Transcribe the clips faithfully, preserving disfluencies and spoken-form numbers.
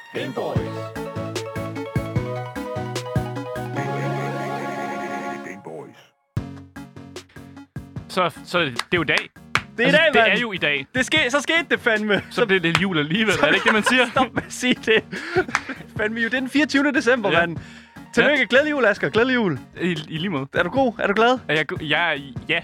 Gameboys. Så, så det er jo i dag. Det er altså, i dag, det mand. er jo i dag. Det ske, så skete det fandme. Så bliver det jul alligevel. Er det ikke det, man siger? Stop med at sige det. Fandme jo, det er den fireogtyvende december, Ja. mand. Tillykke, glædelig jul, Asger. Glædelig jul. I, I lige måde. Er du god? Er du glad? Er jeg, go- jeg er... Ja.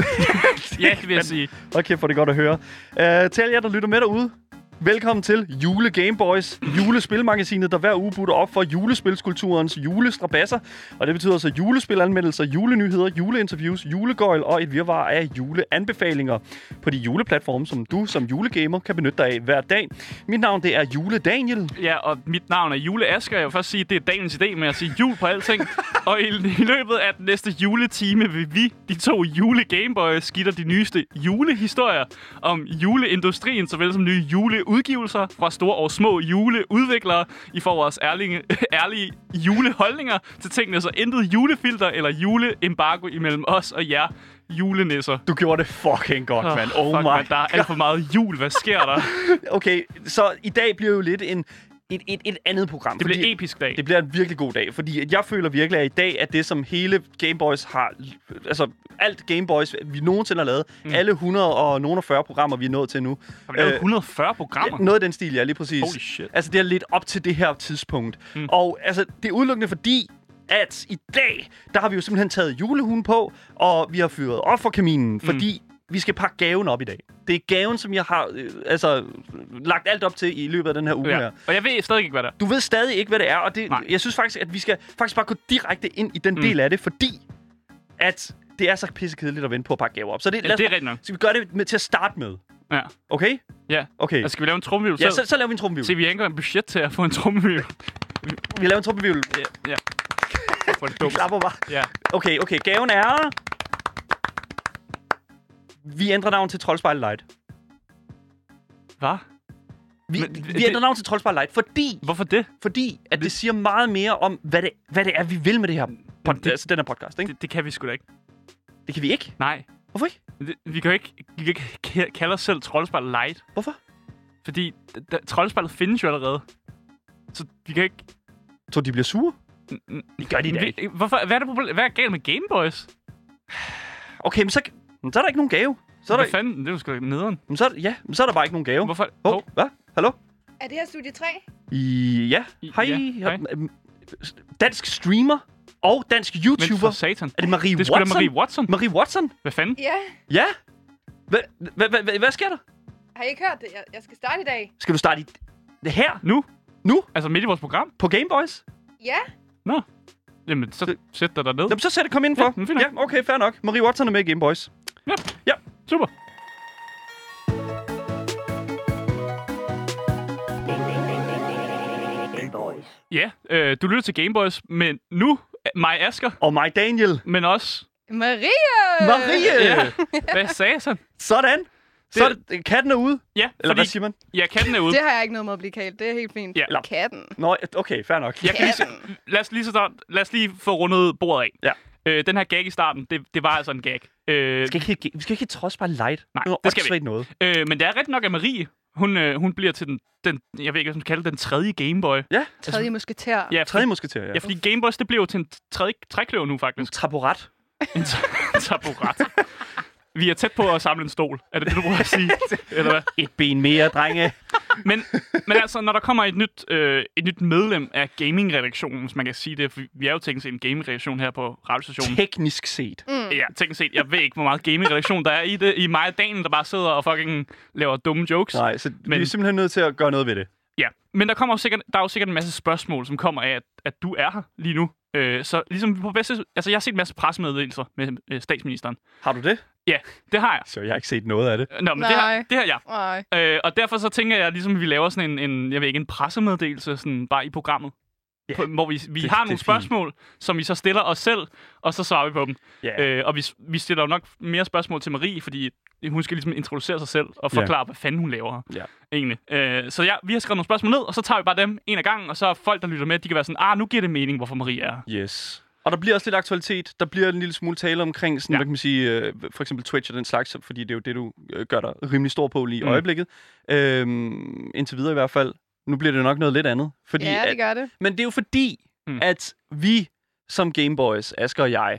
Ja, vil jeg sige. Okay, for det er godt at høre. Uh, til jer, der lytter med derude. Velkommen til Jule Gameboys, julespilmagasinet, der hver uge putter op for julespilskulturens julestrabasser. Og det betyder altså julespilanmeldelser, julenyheder, juleinterviews, julegøjl og et virvar af juleanbefalinger på de juleplatforme, som du som julegamer kan benytte dig af hver dag. Mit navn, det er Jule Daniel. Ja, og mit navn er Jule Asger. Jeg vil først sige, at det er dagens idé med at sige jul på alting. Og i, i løbet af den næste juletime vil vi, de to jule-gameboys, give dig de nyeste julehistorier om juleindustrien, såvel som nye juleudgivelser fra store og små juleudviklere. I får vores ærlige, ærlige juleholdninger til tingene, så intet julefilter eller juleembargo imellem os og jer julenisser. Du gjorde det fucking godt, Oh, mand. Oh fuck, my man, der er alt for meget jul. Hvad sker der? Okay, så i dag bliver jo lidt en, et, et, et andet program. Det bliver en episk dag. Det bliver en virkelig god dag, fordi at jeg føler virkelig, at i dag er det, som hele Gameboys har... Altså, alt Gameboys, vi nogensinde har lavet. Mm. Alle hundrede og nogle og fyrre programmer, vi er nået til nu. Har vi lavet Øh, et hundrede og fyrre programmer? Noget af den stil, ja, lige præcis. Holy shit. Altså, det er lidt op til det her tidspunkt. Mm. Og altså, det er udelukkende fordi, at i dag, der har vi jo simpelthen taget julehunden på, og vi har fyret op for kaminen, fordi vi skal pakke gaven op i dag. Det er gaven, som jeg har øh, altså, lagt alt op til i løbet af den her uge Ja. her. Og jeg ved stadig ikke, hvad det er. Du ved stadig ikke, hvad det er, og det, jeg synes faktisk, at vi skal faktisk bare gå direkte ind i den mm. del af det, fordi at det er så pissekedeligt at vente på at pakke gaver op. Så det, Ja, lad os, det er rigtigt nok. så vi gør det med, til at starte med. Ja. Okay? Ja. Okay. Altså, skal vi lave en trummevivel Ja, selv? så, så laver vi en trummevivel. Se, vi har ikke engang en budget til at få en trummevivel. Vi laver en trummevivel. Ja. Ja. For det Vi dumt. klapper bare. Ja. Okay, okay. Gaven er... Vi ændrer navn til Troldspejl Light. Hvad? Vi, Men vi det- ændrer navn til Troldspejl Light, fordi... Hvorfor det? Fordi at det siger meget mere om, hvad det, hvad det er, vi vil med det her pod, det- altså, den her podcast, ikke? det? Det kan vi sgu da ikke. Det kan vi ikke. Nej. Hvorfor ikke? Det, vi kan jo ikke, vi kan ikke ka- kalde os selv Troldspejl Light. Hvorfor? Fordi da, Troldspejlet findes jo allerede. Så vi kan ikke... Så de bliver sure? Mm, Det gør de da vi, ikke. hvorfor, hvad er det problem? Hvad er galt med Gameboys? Okay, men så, men så er der ikke nogen gave. Så er der, Hvad fanden? Det er jo sgu da nederen. men så er, ja, men så er der bare ikke nogen gave. Hvorfor? Hov, Hov. hvad? Hallo? Er det her studie tre? I, ja. I- Hej. ja, hej. Øhm, Dansk streamer og dansk Men for YouTuber. satan. Er det Marie Det er sgu da Watson? Marie Watson. Marie Watson? Hvad fanden? Ja. Ja. Hvad, hvad, hvad, hvad, hvad sker der? Har I ikke hørt det? Jeg, jeg skal starte i dag. Skal du starte i det her? Nu? Nu? Altså midt i vores program? På Gameboys? Ja. Nå. Jamen, så Det- sæt dig derned. Jamen, så sæt det, kom ind for. Ja, men fint nok. Ja, okay, fair nok. Marie Watson er med i Gameboys. Ja. Ja. Super. Ja, øh, du lytter til Gameboys, men nu mig Asger, Og mig, Daniel. men også... Marie! Marie! Ja. Hvad sagde han? Sådan. Så er det, katten er ude. Ja, Eller hvad fordi... siger man? Ja, katten er ude. Det har jeg ikke noget med at blive kaldt. Det er helt fint. Ja. Katten. Nå, okay, fair nok. Jeg kan lige, Katten. lad, os lige så start, lad os lige få rundet bordet af. Ja. Øh, den her gag i starten, det, det var altså en gag. Øh, Vi skal ikke, vi skal ikke trods bare light. Nej, Noget det skal vi åndssvagt noget. øh, men det er rigtigt nok, at Marie, hun, øh, hun bliver til den, den, jeg ved ikke, hvad man skal kalde det, den tredje Gameboy. Ja, Tredje musketær. Ja, tredje musketer, ja. ja, fordi Gameboys, det bliver jo til en tredje trækløver nu, faktisk. Taburet. En ta- taburet. Vi er tæt på at samle en stol. Er det det, du prøver at sige? Eller hvad? Et ben mere, drenge. Men, men altså, når der kommer et nyt, øh, et nyt medlem af gaming-redaktionen, hvis man kan sige det, for vi er jo teknisk set en gaming-redaktion her på radiostationen. Teknisk set. Mm. Ja, teknisk set. Jeg ved ikke, hvor meget gaming-redaktion der er i det. I mig og Daniel, der bare sidder og fucking laver dumme jokes. Nej, så men... Men- vi er simpelthen nødt til at gøre noget ved det. Ja, men der, kommer jo sikkert, der er jo sikkert en masse spørgsmål, som kommer af, at, at du er her lige nu. Øh, så ligesom på bedste... Altså, jeg har set en masse pressemeddelelser med øh, statsministeren. Har du det? Ja, det har jeg. Så jeg har ikke set noget af det. Nå, men det har, Nej. det har jeg. Nej. Øh, og derfor så tænker jeg, ligesom vi laver sådan en, en jeg ved ikke, en pressemeddelelse sådan bare i programmet. Ja, På, hvor vi, vi det- har det er nogle fint. spørgsmål, som vi så stiller os selv, og så svarer vi på dem. Ja. Øh, og vi, vi stiller jo nok mere spørgsmål til Marie, fordi hun skal ligesom introducere sig selv og forklare, ja. hvad fanden hun laver her. Ja. Egentlig. Øh, så ja, vi har skrevet nogle spørgsmål ned, og så tager vi bare dem en af gangen, og så er folk, der lytter med, de kan være sådan, ah, nu giver det mening, hvorfor Marie er her. Yes. Og der bliver også lidt aktualitet. Der bliver en lille smule tale omkring, sådan, Ja. ja. hvad kan man sige, øh, for eksempel Twitch og den slags, fordi det er jo det, du øh, gør dig rimelig stor på lige i Mm. øjeblikket. Øhm, indtil videre i hvert fald. Nu bliver det nok noget lidt andet. Fordi, Ja, det gør at, det. men det er jo fordi, Mm. at vi som Gameboys, Asger og jeg,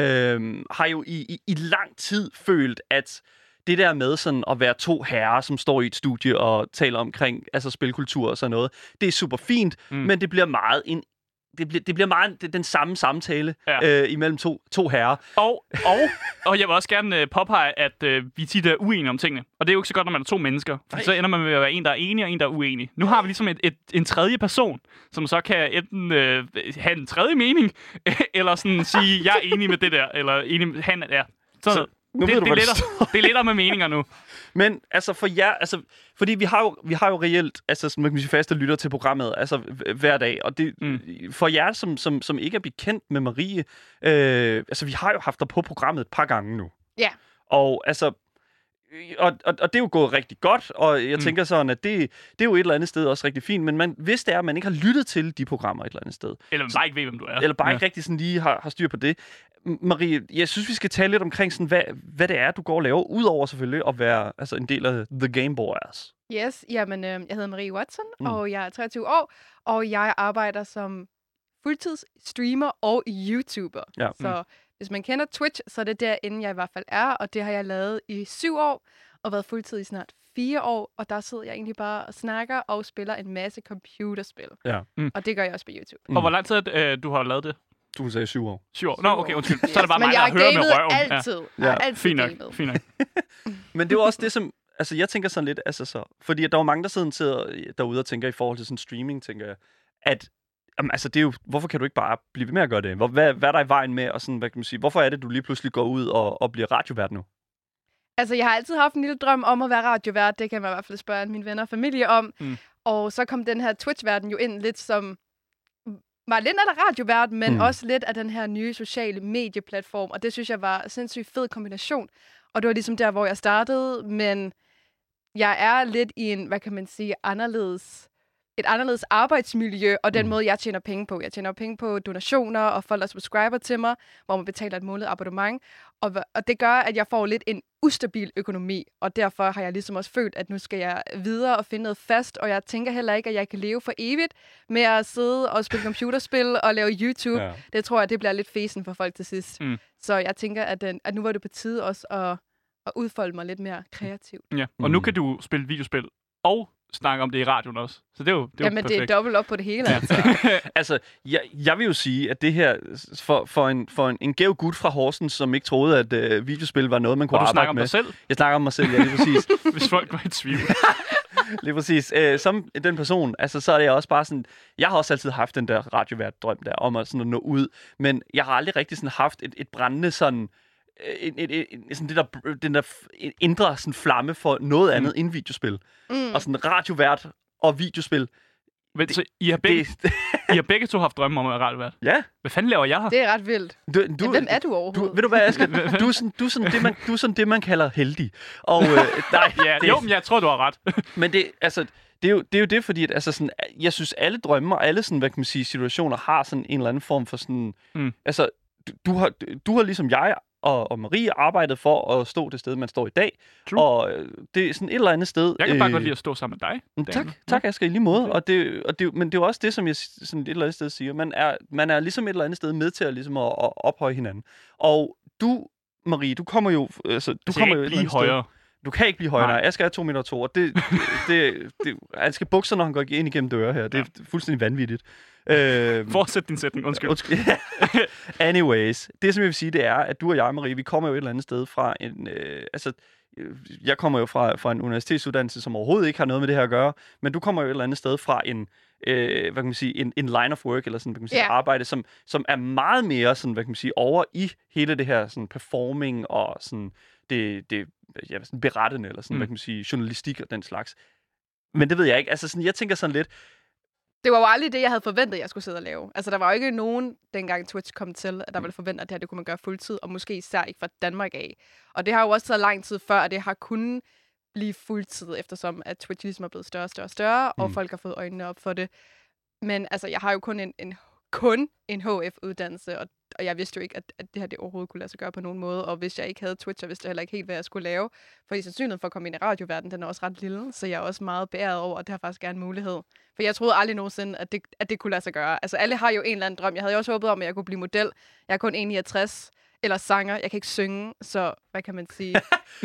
øh, har jo i, i, i lang tid følt, at det der med sådan at være to herrer, som står i et studie og taler omkring altså spilkultur og sådan noget, det er super fint, mm. men det bliver meget en det bliver, det bliver meget det, den samme samtale ja. øh, imellem to, to herrer. Og, og, og jeg vil også gerne øh, påpege, at øh, vi tit er uenige om tingene. Og det er jo ikke så godt, når man er to mennesker. For så ender man med at være en, der er enig, og en, der er uenig. Nu har vi ligesom et, et, en tredje person, som så kan enten øh, have en tredje mening, eller sådan sige, jeg er enig med det der, eller enig med, han er... Så, så nu det, ved du, det, lettere, det er lettere med meninger nu. Men altså for jer, altså, fordi vi har jo, vi har jo reelt altså, sådan, man kan sige, faste lytter til programmet altså, hver dag, og det, mm. for jer, som, som, som ikke er bekendt med Marie, øh, altså vi har jo haft dig på programmet et par gange nu. Ja. Og altså, og, og, og det er jo gået rigtig godt, og jeg mm. tænker sådan, at det, det er jo et eller andet sted også rigtig fint, men man, hvis det er, at man ikke har lyttet til de programmer et eller andet sted. Eller bare ikke ved, hvem du er. Eller bare ja. ikke rigtig sådan lige har, har styr på det. Marie, jeg synes, vi skal tale lidt omkring, sådan, hvad, hvad det er, du går og laver, udover selvfølgelig at være altså, en del af The Gameboys. Yes, jamen, øh, jeg hedder Marie Watson, mm. og jeg er treogtyve år, og jeg arbejder som fuldtidsstreamer og YouTuber. Ja. Så mm. hvis man kender Twitch, så er det derinde, jeg i hvert fald er, og det har jeg lavet i syv år, og været fuldtid i snart fire år, og der sidder jeg egentlig bare og snakker og spiller en masse computerspil. Ja. Mm. Og det gør jeg også på YouTube. Mm. Og hvor lang tid øh, du har lavet det? Du sagde syv år. Syv år? Nå, okay, undskyld. Yes. Så er det bare Men mig, der hører med røven. altid. Ja. Jeg har altid fint nok. gamet. Fint nok. Men det er jo også det, som... Altså, jeg tænker sådan lidt... Altså, så, fordi der er jo mange, der sidder, sidder derude og tænker i forhold til sådan streaming, tænker jeg, at... Jamen, altså, det er jo... Hvorfor kan du ikke bare blive ved med at gøre det? Hvor, hvad, hvad er der i vejen med? Og sådan, hvad kan man sige? Hvorfor er det, du lige pludselig går ud og, og bliver radiovært nu? Altså, jeg har altid haft en lille drøm om at være radiovært. Det kan man i hvert fald spørge mine venner og familie om. Mm. Og så kom den her Twitch-verden jo ind lidt som... var lidt af der radiovært, men mm. også lidt af den her nye sociale medieplatform. Og det synes jeg var en sindssygt fed kombination. Og det var ligesom der, hvor jeg startede. Men jeg er lidt i en, hvad kan man sige, anderledes... et anderledes arbejdsmiljø, og den mm. måde, jeg tjener penge på. Jeg tjener penge på donationer, og folk, der subscriber til mig, hvor man betaler et måned abonnement. Og, og det gør, at jeg får lidt en ustabil økonomi, og derfor har jeg ligesom også følt, at nu skal jeg videre og finde noget fast, og jeg tænker heller ikke, at jeg kan leve for evigt med at sidde og spille computerspil og lave YouTube. Ja. Det tror jeg, det bliver lidt fesen for folk til sidst. Mm. Så jeg tænker, at, den, at nu var det på tide også at, at udfolde mig lidt mere kreativt. Ja, og mm. nu kan du spille videospil og snakke om det i radioen også. Så det er jo, det er Jamen, jo perfekt. det er dobbelt op på det hele, ja. altså. altså, jeg, jeg vil jo sige, at det her, for, for, en, for en, en gæv gut fra Horsens, som ikke troede, at øh, videospil var noget, man kunne arbejde med. Og du snakker om dig selv? Jeg snakker om mig selv, ja, lige præcis. Hvis folk var i tvivl. Lige præcis. Æ, som den person, altså, så er det også bare sådan, jeg har også altid haft den der radiovært-drøm der, om at, sådan at nå ud, men jeg har aldrig rigtig sådan haft et, et brændende sådan, En, en, en, sådan det der, den der indre sådan flamme for noget andet mm. end videospil. Mm. Og sådan radiovært og videospil. Men, det, så I har, begge, det, I har begge to haft drømme om at være radiovært? Ja. Hvad fanden laver jeg her? Det er ret vildt. Du, du, ja, hvem er du overhovedet? Du, ved du hvad, Asger? Du er sådan, du er sådan, det, man, du er sådan det, man kalder heldig. Og, øh, nej, ja, det, jo, men jeg tror, du har ret. Men det, altså... Det er, jo, det er jo det, fordi at, altså sådan, jeg synes, alle drømme og alle sådan, hvad kan man sige, situationer har sådan en eller anden form for sådan... Mm. Altså, du, du, har, du har ligesom jeg og, og Marie arbejdet for at stå det sted, man står i dag. True. Og øh, det er sådan et eller andet sted... Jeg kan bare øh, godt lide at stå sammen med dig. Mm, tak, tak Asger, i lige måde. Okay. Og det, og det, men det er jo også det, som jeg sådan et eller andet sted siger. Man er, man er ligesom et eller andet sted med til at, ligesom at, at ophøje hinanden. Og du, Marie, du kommer jo... Altså, du altså, kommer jo jo blive højere. Sted. Du kan ikke blive højere. Nej. Asger er to meter to, og det, det, det, det, han skal bukser, når han går ind igennem døre her. Det er ja. fuldstændig vanvittigt. Øh, Fortsæt din sætning, undskyld. undskyld. Anyways, det som jeg vil sige, det er, at du og jeg, Marie, vi kommer jo et eller andet sted fra en... Øh, altså, jeg kommer jo fra, fra en universitetsuddannelse, som overhovedet ikke har noget med det her at gøre, men du kommer jo et eller andet sted fra en... Øh, hvad kan man sige, en, en line of work, eller sådan, hvad kan man sige, yeah. arbejde, som, som er meget mere sådan, hvad kan man sige, over i hele det her sådan, performing og sådan, det, det ja, sådan berettende, eller sådan, mm. hvad kan man sige, journalistik og den slags. Men det ved jeg ikke. Altså, sådan, jeg tænker sådan lidt... Det var jo aldrig det, jeg havde forventet, jeg skulle sidde og lave. Altså, der var jo ikke nogen, dengang Twitch kom til, at der ville forvente, at det her det kunne man gøre fuldtid, og måske især ikke fra Danmark af. Og det har jo også taget lang tid før, at det har kunnet blive fuldtid, eftersom at Twitch ligesom er blevet større og større og større, mm. og folk har fået øjnene op for det. Men altså, jeg har jo kun en, en kun en H F-uddannelse, og, og jeg vidste jo ikke, at, at det her det overhovedet kunne lade sig gøre på nogen måde, og hvis jeg ikke havde Twitch, så vidste jeg heller ikke helt, hvad jeg skulle lave, fordi sandsynligheden for at komme ind i radioverdenen, den er også ret lille, så jeg er også meget beæret over, at det har faktisk er en mulighed. For jeg troede aldrig nogensinde, at det, at det kunne lade sig gøre. Altså alle har jo en eller anden drøm. Jeg havde jo også håbet om, at jeg kunne blive model. Jeg er kun en komma niogtres. Eller sanger. Jeg kan ikke synge, så hvad kan man sige?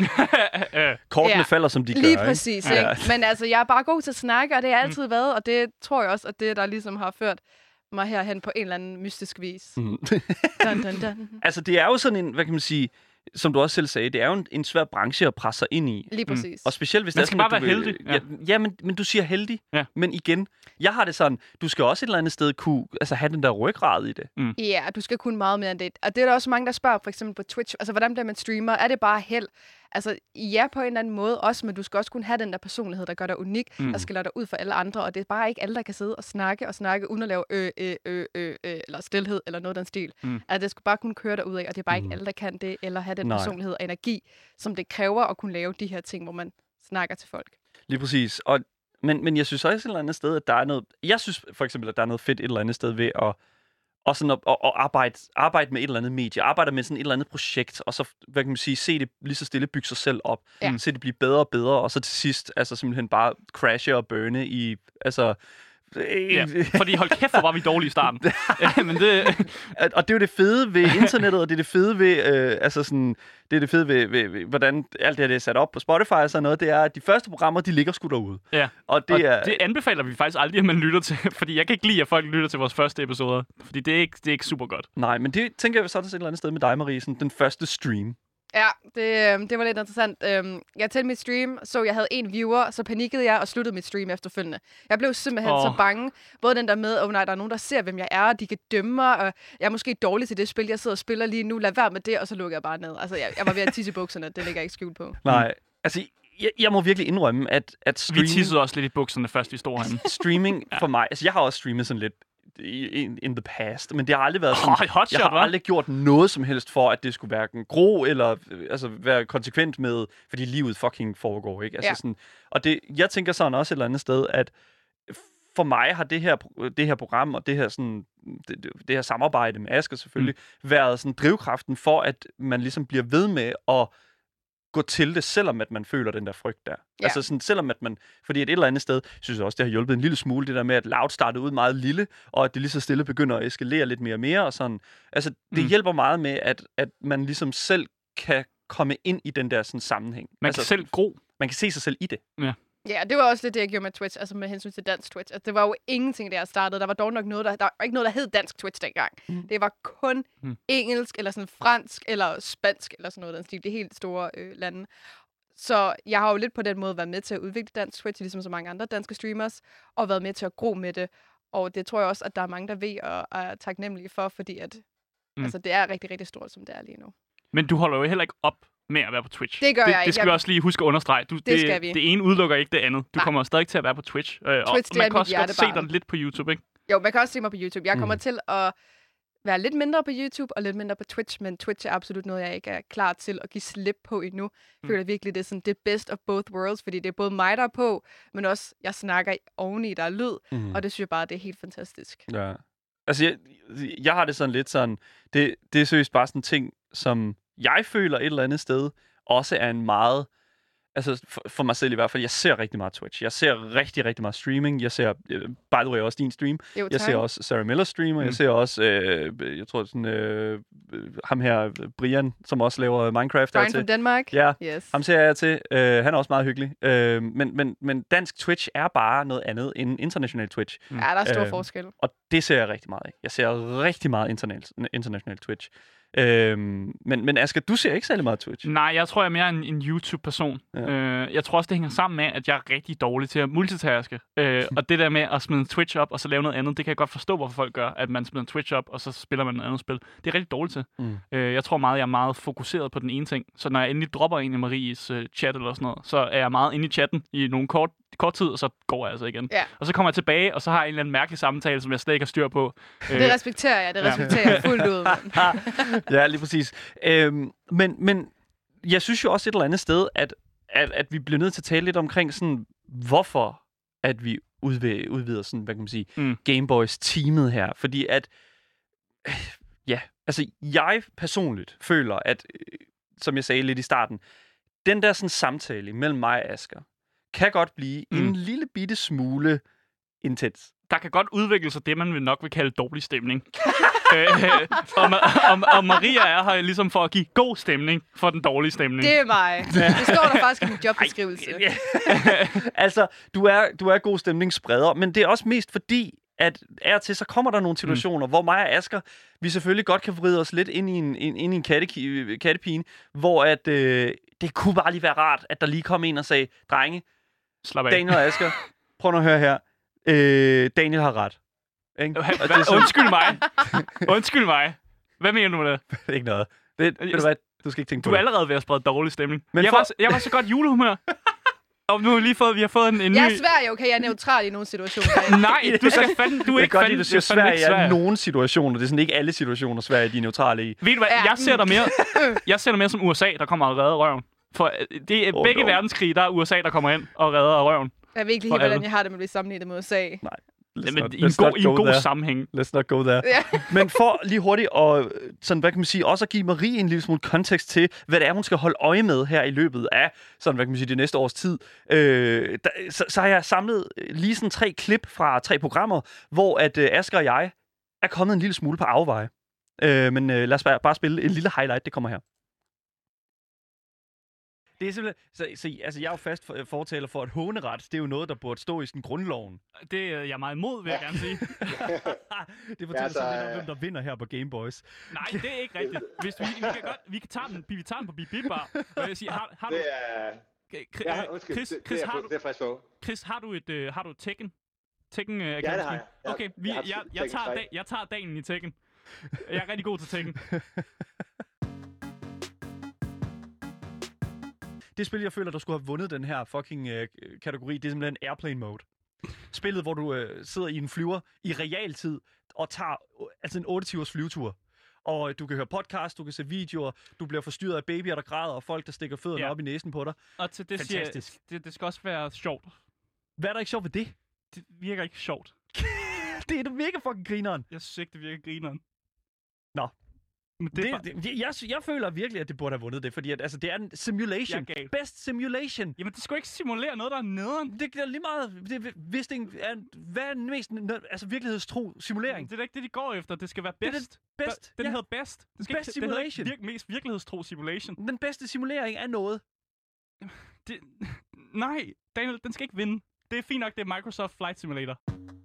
Kortene ja, falder, som de gør. lige præcis, ikke? ikke? Ja. Men altså, jeg er bare god til at snakke, og det har altid mm. været, og det tror jeg også, at det, der ligesom har ført mig herhen på en eller anden mystisk vis. Mm. dun, dun, dun. Altså, det er jo sådan en, hvad kan man sige, som du også selv sagde, det er jo en, en svær branche at presse sig ind i. Lige præcis. Mm. Og specielt hvis man det skal er sådan, bare være du, heldig. Ja, ja men, men du siger heldig. Ja. Men igen, jeg har det sådan, du skal også et eller andet sted kunne altså, have den der ryggrad i det. Mm. Ja, du skal kunne meget mere end det. Og det er der også mange, der spørger, for eksempel på Twitch, altså hvordan bliver man streamer? Er det bare held? Altså, ja, på en eller anden måde også, men du skal også kunne have den der personlighed, der gør dig unik, mm. der skiller dig ud for alle andre, og det er bare ikke alle, der kan sidde og snakke og snakke, uden at lave ø, ø, ø, ø, ø eller stilhed, eller noget af den stil. Mm. Altså, det skal bare kunne køre dig ud af, og det er bare mm. ikke alle, der kan det, eller have den Nej. personlighed og energi, som det kræver at kunne lave de her ting, hvor man snakker til folk. Lige præcis. Og, men, men jeg synes også et eller andet sted, at der er noget... Jeg synes for eksempel, at der er noget fedt et eller andet sted ved at og sådan at, at, at arbejde, arbejde med et eller andet medie, arbejde med sådan et eller andet projekt, og så, hvad kan man sige, se det lige så stille bygge sig selv op, ja. Se det blive bedre og bedre, og så til sidst, altså simpelthen bare crashe og burne i, altså... Ja, fordi hold kæft, hvor var vi dårlige i starten. Men det... Og det er jo det fede ved internettet, og det er det fede ved, øh, altså sådan, det er det fede ved, ved, ved, hvordan alt det her det er sat op på Spotify og sådan noget, det er, at de første programmer, de ligger sgu derude. Ja, og det, og er... det anbefaler vi faktisk aldrig, at man lytter til, fordi jeg kan ikke lide, at folk lytter til vores første episoder, fordi det er ikke, det er ikke super godt. Nej, men det tænker jeg så er et eller andet sted med dig, Marie, sådan, den første stream. Ja, det, det var lidt interessant. Jeg til mit stream, så jeg havde en viewer, så panikkede jeg og sluttede mit stream efterfølgende. Jeg blev simpelthen oh. så bange. Både den der med, oh nej, der er nogen, der ser, hvem jeg er, de kan dømme mig, og jeg er måske dårlig til det spil, jeg sidder og spiller lige nu. Lad være med det, og så lukker jeg bare ned. Altså, jeg, jeg var ved at tisse i bukserne, det lægger jeg ikke skjult på. Nej, altså... Jeg, jeg må virkelig indrømme, at, at streaming... Vi tissede også lidt i bukserne, først vi stod herinde. Streaming ja. for mig... Altså, jeg har også streamet sådan lidt in, in the past, men det har aldrig været sådan... Oh, hot shot, jeg har aldrig gjort noget som helst for, at det skulle hverken gro eller altså, være konsekvent med... Fordi livet fucking foregår, ikke? Altså, ja. sådan, og det, jeg tænker sådan også et eller andet sted, at for mig har det her, det her program og det her, sådan, det, det her samarbejde med Asger selvfølgelig mm. været sådan drivkraften for, at man ligesom bliver ved med at gå til det, selvom at man føler den der frygt der. Ja. Altså sådan, selvom at man... Fordi et eller andet sted, synes jeg også, det har hjulpet en lille smule, det der med, at Loud startede ud meget lille, og at det lige så stille begynder at eskalere lidt mere og mere, og sådan. Altså, det mm. hjælper meget med, at, at man ligesom selv kan komme ind i den der sådan sammenhæng. Man altså, kan selv gro. Man kan se sig selv i det. Ja. Ja, det var også lidt det, jeg gjorde med Twitch, altså med hensyn til dansk Twitch. Altså, det var jo ingenting, der jeg startede. Der var dog nok noget, der, der var ikke noget, der hed dansk Twitch dengang. Mm. Det var kun mm. engelsk, eller sådan fransk, eller spansk, eller sådan noget den stil. Det helt store øh, lande. Så jeg har jo lidt på den måde været med til at udvikle dansk Twitch, ligesom så mange andre danske streamers, og været med til at gro med det. Og det tror jeg også, at der er mange, der ved og er taknemmelige for, fordi at, mm. altså, det er rigtig, rigtig stort, som det er lige nu. Men du holder jo heller ikke op med at være på Twitch. Det gør det, jeg ikke. Det skal vi også lige huske at understrege. Du, det, det skal vi. Det ene udelukker ikke det andet. Du Nej. kommer stadig til at være på Twitch. Øh, Twitch, og man kan også godt se dig lidt på YouTube, ikke? Jo, man kan også se mig på YouTube. Jeg kommer mm. til at være lidt mindre på YouTube og lidt mindre på Twitch, men Twitch er absolut noget, jeg ikke er klar til at give slip på endnu. Jeg føler mm. virkelig, det er sådan det best of both worlds, fordi det er både mig, der er på, men også jeg snakker oveni, der er lyd, mm. og det synes jeg bare, det er helt fantastisk. Ja. Altså, jeg, jeg har det sådan lidt sådan, det, det er seriøst bare sådan en ting, som jeg føler et eller andet sted, også er en meget, altså for, for mig selv i hvert fald, jeg ser rigtig meget Twitch. Jeg ser rigtig, rigtig meget streaming. Jeg ser, uh, by the way, også din stream. Jo, jeg ser også Sarah Miller streamer. Mm. Jeg ser også, uh, jeg tror sådan, uh, ham her, Brian, som også laver Minecraft. Brian fra Danmark? Ja, yes. Ham ser jeg til. Uh, han er også meget hyggelig. Uh, men, men, men dansk Twitch er bare noget andet end international Twitch. Mm. Ja, der er stor uh, forskel. Og det ser jeg rigtig meget af. Jeg ser rigtig meget international, international Twitch. Øhm, men, men Asger, du ser ikke særlig meget Twitch. Nej, jeg tror, jeg er mere en, en YouTube-person. Ja. Øh, jeg tror også, det hænger sammen med, at jeg er rigtig dårlig til at multitaske. Øh, og det der med at smide Twitch op, og så lave noget andet, det kan jeg godt forstå, hvorfor folk gør, at man smider Twitch op, og så spiller man noget andet spil. Det er jeg rigtig dårligt til. Mm. Øh, jeg tror meget, jeg er meget fokuseret på den ene ting. Så når jeg endelig dropper en i Maries uh, chat eller sådan noget, så er jeg meget inde i chatten i nogle kort, kort tid, og så går jeg altså igen. Ja. Og så kommer jeg tilbage, og så har jeg en eller anden mærkelig samtale, som jeg slet ikke har styr på. Det respekterer jeg, det respekterer jeg fuldt ud. Ja, lige præcis. Øhm, men, men jeg synes jo også et eller andet sted, at, at, at vi bliver nødt til at tale lidt omkring sådan, hvorfor at vi udvider, udvider sådan, hvad kan man sige, mm. Gameboys-teamet her. Fordi at, øh, ja, altså jeg personligt føler, at, øh, som jeg sagde lidt i starten, den der sådan samtale mellem mig og Asger, kan godt blive mm. en lille bitte smule intens. Der kan godt udvikle sig det, man vil nok vil kalde dårlig stemning. øh, og, og, og Maria er her ligesom for at give god stemning for den dårlige stemning. Det er mig. Det står der faktisk i min jobbeskrivelse. Altså, du er, du er god stemningsspreder, men det er også mest fordi, at af til, så kommer der nogle situationer, mm. hvor mig og Asger, vi selvfølgelig godt kan vride os lidt ind i en, ind, ind i en katte, kattepine, hvor at, øh, det kunne bare lige være rart, at der lige kom en og sagde, drenge, slap af. Daniel og Asger, prøv nu at høre her. Øh, Daniel har ret. Ikke? Hva, hva, undskyld mig. Undskyld mig. Hvad mener du med det? Ikke noget. Det, ved du hvad? Du skal ikke tænke du på det. Du er allerede ved at sprede dårlig stemning. Men jeg, for... var, jeg var så godt julehumør. Og nu har vi lige fået, vi har fået en, en ny... Jeg er Sverige, okay? Jeg er neutral i nogle situationer. Nej, du skal fandme... Du er ikke fandme... Det er godt, at du siger Sverige Sverige. er nogle situationer. Det er sådan ikke alle situationer, Sverige de er neutrale i. Ved du hvad? Jeg ser dig mere, jeg ser dig mere som U S A, der kommer og redder røven. For det er oh, begge no. verdenskrige, der er U S A, der kommer ind og redder røven. Jeg ved ikke lige, hvordan jeg har det med at blive sammenlignet med U S A. Nej. Jamen, not, i en god, i en god sammenhæng. Let's not go there. Yeah. Men for lige hurtigt og sådan, hvad kan man sige, også at give Marie en lille smule kontekst til, hvad det er, hun skal holde øje med her i løbet af sådan, hvad kan man sige, det næste års tid. Øh, der, så, så har jeg samlet lige sådan tre klip fra tre programmer, hvor at øh, Asger og jeg er kommet en lille smule på afveje. Øh, men øh, lad os bare, bare spille en lille highlight, det kommer her. Det er simpelthen... Så, så, altså, jeg er jo fast for, fortaler for, at håneret, det er jo noget, der burde stå i sådan grundloven. Det er jeg meget imod, vil jeg gerne sige. Det fortæller så lidt om, hvem der vinder her på Game Boys. Nej, det er ikke rigtigt. Hvis vi, vi kan godt... Vi kan tage den, vi tager den på Bip Bip Bar. Og jeg siger, har, har du... Det er... Chris, ja, undskyld, Chris, det, Chris, det, er, har du, det er frisk på. Chris, har du et, uh, har du et Tekken? Tekken uh, ja, det har jeg. jeg okay, vi, jeg, jeg, jeg, tager da, jeg tager dagen i Tekken. Jeg er rigtig god til Tekken. Det spil, jeg føler, der skulle have vundet den her fucking øh, kategori, det er simpelthen Airplane Mode. Spillet, hvor du øh, sidder i en flyver i realtid og tager øh, altså en otte timers flyvetur. Og du kan høre podcast, du kan se videoer, du bliver forstyrret af babyer, der græder, og folk, der stikker fødderne ja. op i næsen på dig. Og til det Fantastisk. Siger, det, det skal også være sjovt. Hvad er der ikke sjovt ved det? Det virker ikke sjovt. Det er det mega fucking grineren. Jeg synes ikke, det virker grineren. Nå. Men det, det, bare... det, jeg, jeg føler virkelig, at det burde have vundet det, fordi at, altså, det er en simulation. Best simulation. Jamen, det skulle ikke simulere noget, der er nederen. Det er lige meget... Det, hvis det er, hvad er den mest altså, virkelighedstro simulering? Det er da ikke det, de går efter. Det skal være bedst. Det er best. Den ja. hedder best. Det skal best ikke, simulation. Det virke, mest virkelighedstro simulation. Den bedste simulering er noget. Det, nej, Daniel, den skal ikke vinde. Det er fint nok, det er Microsoft Flight Simulator.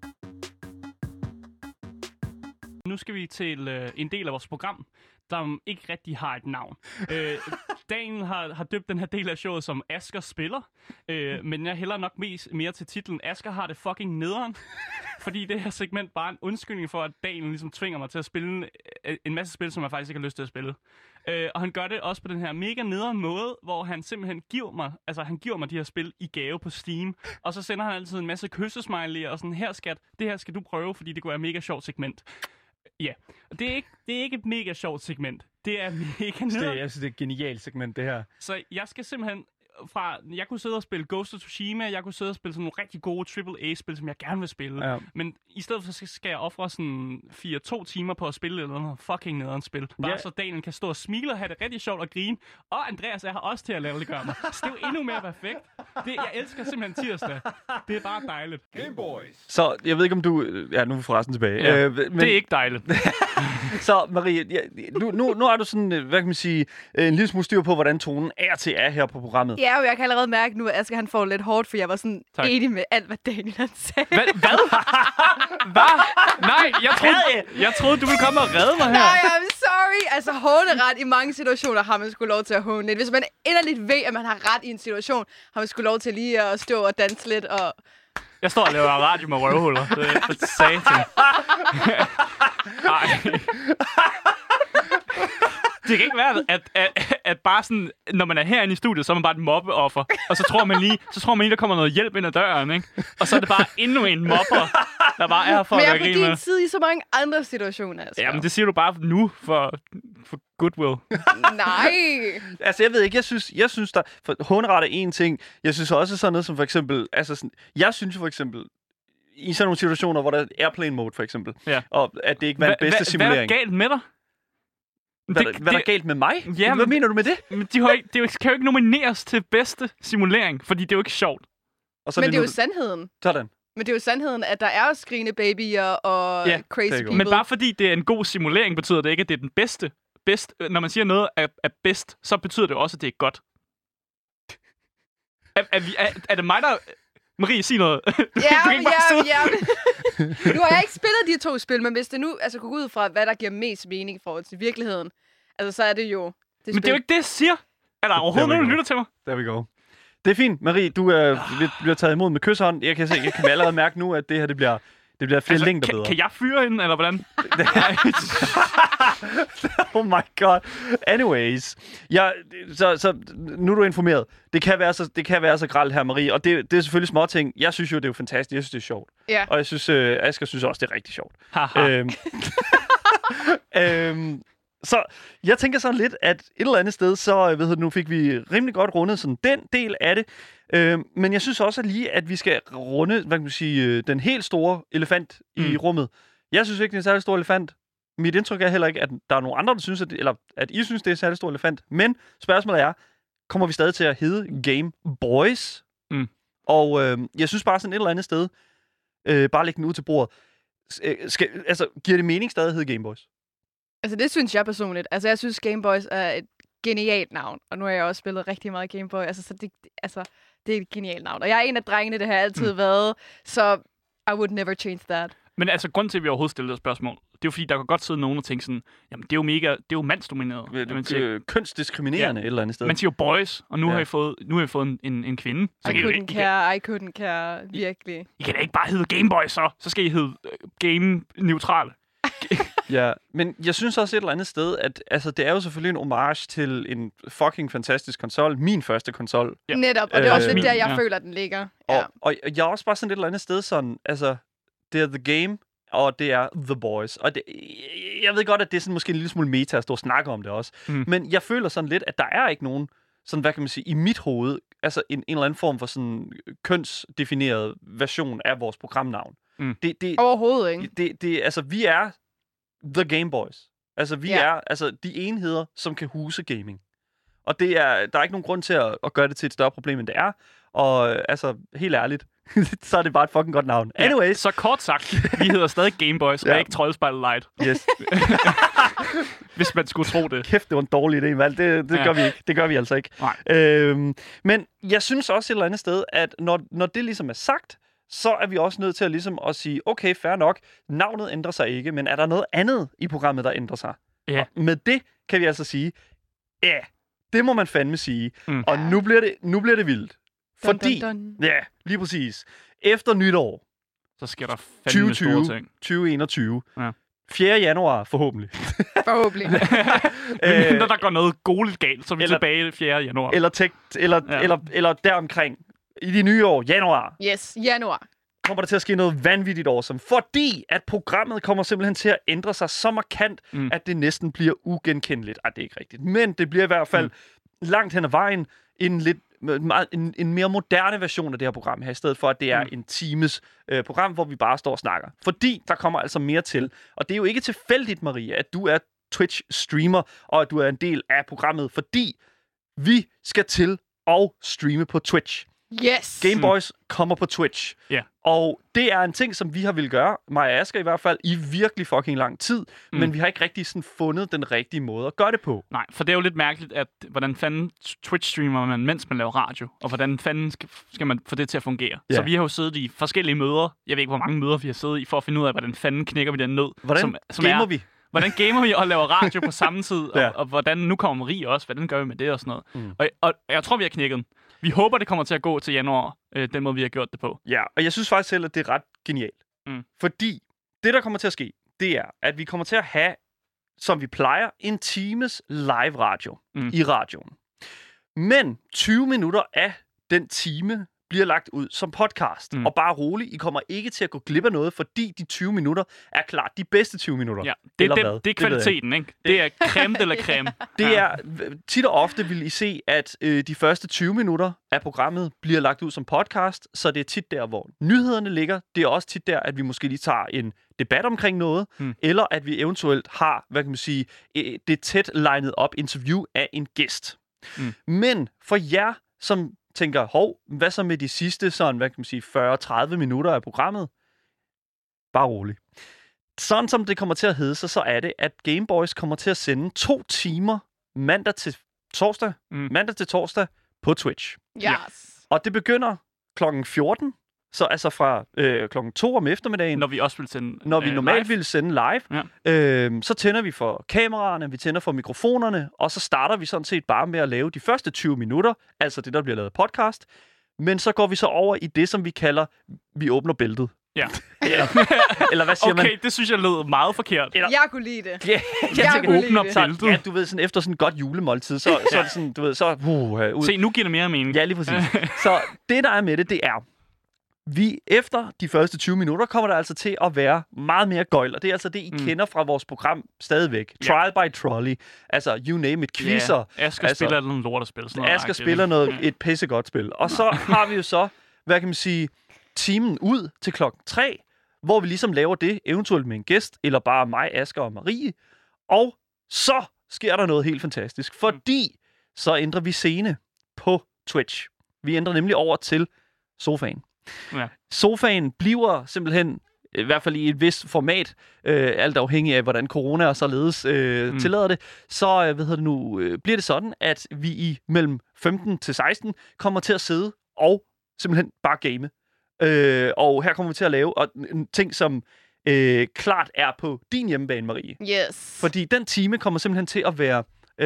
Nu skal vi til øh, en del af vores program, der ikke rigtig har et navn. øh, Daniel har, har døbt den her del af showet som Asger spiller, øh, men jeg hælder nok mest mere til titlen Asger har det fucking nederen. Fordi det her segment bare er en undskyldning for, at Daniel ligesom tvinger mig til at spille en, en masse spil, som jeg faktisk ikke har lyst til at spille. Øh, og han gør det også på den her mega nederen måde, hvor han simpelthen giver mig, altså han giver mig de her spil i gave på Steam, og så sender han altid en masse kyssesmiley'er og sådan, her skat, det her skal du prøve, fordi det kunne være et mega sjovt segment. Ja, og det er ikke, det er ikke et mega sjovt segment. Det er mega nederen. Jeg synes, det er et genialt segment, det her. Så jeg skal simpelthen fra... Jeg kunne sidde og spille Ghost of Tsushima, jeg kunne sidde og spille sådan nogle rigtig gode triple A-spil, som jeg gerne vil spille. Ja. Men i stedet for, så skal jeg ofre sådan fire to timer på at spille noget fucking nederen spil. Bare ja. Så Daniel kan stå og smile og have det rigtig sjovt og grine. Og Andreas er her også til at lave det gøre mig. Så det er jo endnu mere perfekt. Det, jeg elsker simpelthen tirsdag. Det er bare dejligt. Game Boys. Så jeg ved ikke, om du... Ja, nu er vi forresten tilbage. Ja, øh, men... Det er ikke dejligt. Så Marie, ja, nu, nu, nu er du sådan, hvad kan man sige, en lille smule styr på, hvordan tonen er til er her på programmet. Ja, og jeg kan allerede mærke nu, at Asger han får lidt hårdt, for jeg var sådan tak. enig med alt, hvad Daniel han sagde. Hvad? Hvad? Hvad? Nej, jeg troede, jeg troede, du ville komme og redde mig her. Nej, I'm sorry. Altså, håneret i mange situationer har man sgu lov til at håne lidt. Hvis man inderligt ved, at man har ret i en situation, har man sgu lov til lige at stå og danse lidt og... Jeg står og laver radio med røvhuller. Det er for satan. Nej. Det kan ikke være, at, at, at bare sådan, når man er herinde i studiet, så er man bare et mobbeoffer. Og så tror man lige, så tror man lige, der kommer noget hjælp ind ad døren, ikke? Og så er det bare endnu en mobber, der bare er her for men at jeg er på din med. side i så mange andre situationer, altså. Jamen, det siger du bare nu for, for goodwill. Nej. Altså, jeg ved ikke, jeg synes, jeg synes der... For håneret er en ting. Jeg synes også sådan noget som for eksempel... Altså, sådan, jeg synes for eksempel... i sådan nogle situationer, hvor der er airplane mode, for eksempel, ja. og at det ikke var den bedste hva, simulering. Hvad er galt med dig? Hvad, det, der, hvad det, der er galt med mig? Ja, hvad mener du med det? Men de har ikke, det kan jo ikke nomineres til bedste simulering, fordi det er jo ikke sjovt. Og så men det er jo nu... sandheden. Sådan. Men det er jo sandheden, at der er skrigende babyer og ja, crazy people. Men bare fordi det er en god simulering, betyder det ikke, at det er den bedste. Best, når man siger noget er, er bedst, så betyder det også, at det er godt. Er, er, vi, er, er det mig, der... Marie, sig noget. Ja, ja, ja. Nu har jeg ikke spillet de to spil, men hvis det nu altså, går ud fra, hvad der giver mest mening i forhold til virkeligheden, altså, så er det jo... Det men det er jo ikke det, jeg siger. Er der overhovedet nogen, der lytter til mig? Der vi go. Det er fint, Marie. Du øh, bliver taget imod med kyshånd. Jeg kan, se, jeg kan allerede mærke nu, at det her det bliver, det bliver flere altså, længder kan, bedre. Kan jeg fyre hende, eller hvordan? Oh my god. Anyways. Ja, så, så nu er du informeret. Det kan være så, det kan være så grelt her, Marie. Og det, det er selvfølgelig små ting. Jeg synes jo, det er jo fantastisk. Jeg synes, det er sjovt. Ja. Og jeg synes, øh, Asger synes også, det er rigtig sjovt. øhm, øhm, så jeg tænker sådan lidt, at et eller andet sted, så ved du, nu fik vi rimelig godt rundet sådan den del af det. Øhm, men jeg synes også lige, at vi skal runde, hvad kan man sige, den helt store elefant mm. i rummet. Jeg synes ikke, det er en særlig stor elefant. Mit indtryk er heller ikke, at der er nogen andre, der synes, at, det, eller at I synes, det er en særlig stor elefant. Men spørgsmålet er, kommer vi stadig til at hedde Game Boys? Mm. Og øh, jeg synes bare sådan et eller andet sted, øh, bare lægge den ud til bordet. Skal, altså, giver det mening stadig at hedde Game Boys? Altså, det synes jeg personligt. Altså, jeg synes, Game Boys er et genialt navn. Og nu har jeg også spillet rigtig meget Game Boy. Altså, så det, altså, det er et genialt navn. Og jeg er en af drengene, det har altid mm. været. Så I would never change that. Men altså, grund til, at vi overhovedet stillede et spørgsmål, det er jo fordi, der kan godt sidde nogen og tænke sådan, jamen, det er jo mega, det er jo mandsdomineret. Det er siger, kønsdiskriminerende ja. Et eller andet sted. Man siger jo boys, og nu ja. har I fået, nu har I fået en, en, en kvinde. Så I couldn't I, care, I couldn't care, virkelig. I, I kan da ikke bare hedde Game Boy, så. Så skal I hedde uh, Game-neutrale. Ja, men jeg synes også et eller andet sted, at altså, det er jo selvfølgelig en homage til en fucking fantastisk konsol. Min første konsol. Ja. Netop, og det er også øh, lidt der, jeg ja. føler, den ligger. Ja. Ja. Og, og jeg er også bare sådan et eller andet sted sådan, altså, det er The Game, og det er The Boys. Og det, jeg ved godt, at det er sådan måske en lille smule meta at stå og snakke om det også. Mm. Men jeg føler sådan lidt, at der er ikke nogen, sådan, hvad kan man sige, i mit hoved, altså en, en eller anden form for sådan kønsdefineret version af vores programnavn. Mm. Det, det, Overhovedet ikke. Det, det, altså, vi er The Game Boys. Altså, vi ja. er altså de enheder, som kan huse gaming. Og det er, der er ikke nogen grund til at, at gøre det til et større problem, end det er. Og altså, helt ærligt, så er det bare et fucking godt navn. Ja, Anyways. så kort sagt, vi hedder stadig Game Boys, ja. Og ikke Troldspejlet Light. Yes. Hvis man skulle tro det. Kæft, det var en dårlig idé, Val. Det, det ja. gør vi ikke. Det gør vi altså ikke. Øhm, men jeg synes også et eller andet sted, at når, når det ligesom er sagt, så er vi også nødt til at, ligesom at sige, okay, fair nok, navnet ændrer sig ikke, men er der noget andet i programmet, der ændrer sig? Ja. Og med det kan vi altså sige, ja, det må man fandme sige. Mm. Og Ja. nu bliver det, nu bliver det vildt. Dun, Fordi, dun, dun. ja, lige præcis, efter nytår, Så sker der fandme tyve store tyve, ting. tyve enogtyve, Ja. fjerde januar forhåbentlig. Forhåbentlig. Men når der går noget goligt galt, så er vi eller, tilbage fjerde januar. Eller, tek, eller, Ja. eller, eller deromkring, i de nye år, januar, Yes, januar. kommer der til at ske noget vanvittigt awesome, fordi at programmet kommer simpelthen til at ændre sig så markant, mm. at det næsten bliver ugenkendeligt. Ej, det er ikke rigtigt, men det bliver i hvert fald mm. langt hen ad vejen en lidt meget, en, en mere moderne version af det her program her, i stedet for, at det er mm. en times øh, program, hvor vi bare står og snakker. Fordi der kommer altså mere til. Og det er jo ikke tilfældigt, Maria, at du er Twitch-streamer, og at du er en del af programmet, fordi vi skal til at streame på Twitch. Yes! Game Boys mm. kommer på Twitch. Yeah. Og det er en ting, som vi har ville gøre, mig og Asger i hvert fald, i virkelig fucking lang tid. Mm. Men vi har ikke rigtig sådan fundet den rigtige måde at gøre det på. Nej, for det er jo lidt mærkeligt, at hvordan fanden Twitch-streamer man, mens man laver radio? Og hvordan fanden skal, skal man få det til at fungere? Yeah. Så vi har jo siddet i forskellige møder. Jeg ved ikke, hvor mange møder vi har siddet i, for at finde ud af, hvordan fanden knækker vi den nød. Hvordan som, som gamer er, vi? Hvordan gamer vi og laver radio på samme tid? Ja. og, og hvordan, nu kommer Marie også, hvordan gør vi med det og sådan noget? Mm. Og, og jeg tror, vi har knækket den. Vi håber, det kommer til at gå til januar, øh, den måde, vi har gjort det på. Ja, og jeg synes faktisk selv, at det er ret genialt. Mm. Fordi det, der kommer til at ske, det er, at vi kommer til at have, som vi plejer, en times live radio mm. i radioen. Men tyve minutter af den time bliver lagt ud som podcast. Mm. Og bare rolig, I kommer ikke til at gå glip af noget, fordi de tyve minutter er klart de bedste tyve minutter. Ja, det, eller det, hvad? det er kvaliteten, det ikke? Det er creme eller creme. Det er tit og ofte vil I se, at øh, de første tyve minutter af programmet bliver lagt ud som podcast, så det er tit der, hvor nyhederne ligger. Det er også tit der, at vi måske lige tager en debat omkring noget, mm. eller at vi eventuelt har, hvad kan man sige, det tæt legnet op interview af en gæst. Mm. Men for jer, som tænker, hov, hvad så med de sidste sådan, hvad kan man sige, fyrre til tredive minutter af programmet? Bare rolig. Sådan som det kommer til at hedde sig, så er det, at Gameboys kommer til at sende to timer mandag til torsdag, mm. mandag til torsdag på Twitch. Yes. Og det begynder klokken fjorten, så altså fra øh, klokken to om eftermiddagen. Når vi også vil sende Når vi øh, normalt live. vil sende live, ja. øh, så tænder vi for kameraerne, vi tænder for mikrofonerne, og så starter vi sådan set bare med at lave de første tyve minutter, altså det, der bliver lavet podcast. Men så går vi så over i det, som vi kalder, vi åbner bæltet. Ja. Eller, eller hvad siger okay, man? Okay, det synes jeg lød meget forkert. Eller, jeg kunne lide det. Ja, jeg, jeg tænker, kunne åbner lide så, bæltet. ja, du ved, sådan efter sådan et godt julemåltid, så, så er det sådan, du ved, så uh, ud. Se, nu giver det mere mening. Ja, lige præcis. Så det, der er med det, det er, vi efter de første tyve minutter kommer der altså til at være meget mere gøjl, og det er altså det, I mm. kender fra vores program stadigvæk. Yeah. Trial by Trolley, altså you name it, quizzer. Yeah. Asger altså, spiller nogle lortespil. Asger spiller noget, et pissegodt spil. Og så har vi jo så, hvad kan man sige, timen ud til klokken tre, hvor vi ligesom laver det, eventuelt med en gæst, eller bare mig, Asger og Marie. Og så sker der noget helt fantastisk, fordi så ændrer vi scene på Twitch. Vi ændrer nemlig over til sofaen. Ja. Sofaen bliver simpelthen, i hvert fald i et vist format, øh, alt afhængig af, hvordan corona og således øh, mm. tillader det, så øh, hvad hedder det nu, øh, bliver det sådan, at vi i mellem femten til seksten kommer til at sidde og simpelthen bare game. Øh, og her kommer vi til at lave og, en ting, som øh, klart er på din hjemmebane, Marie. Yes. Fordi den time kommer simpelthen til at være...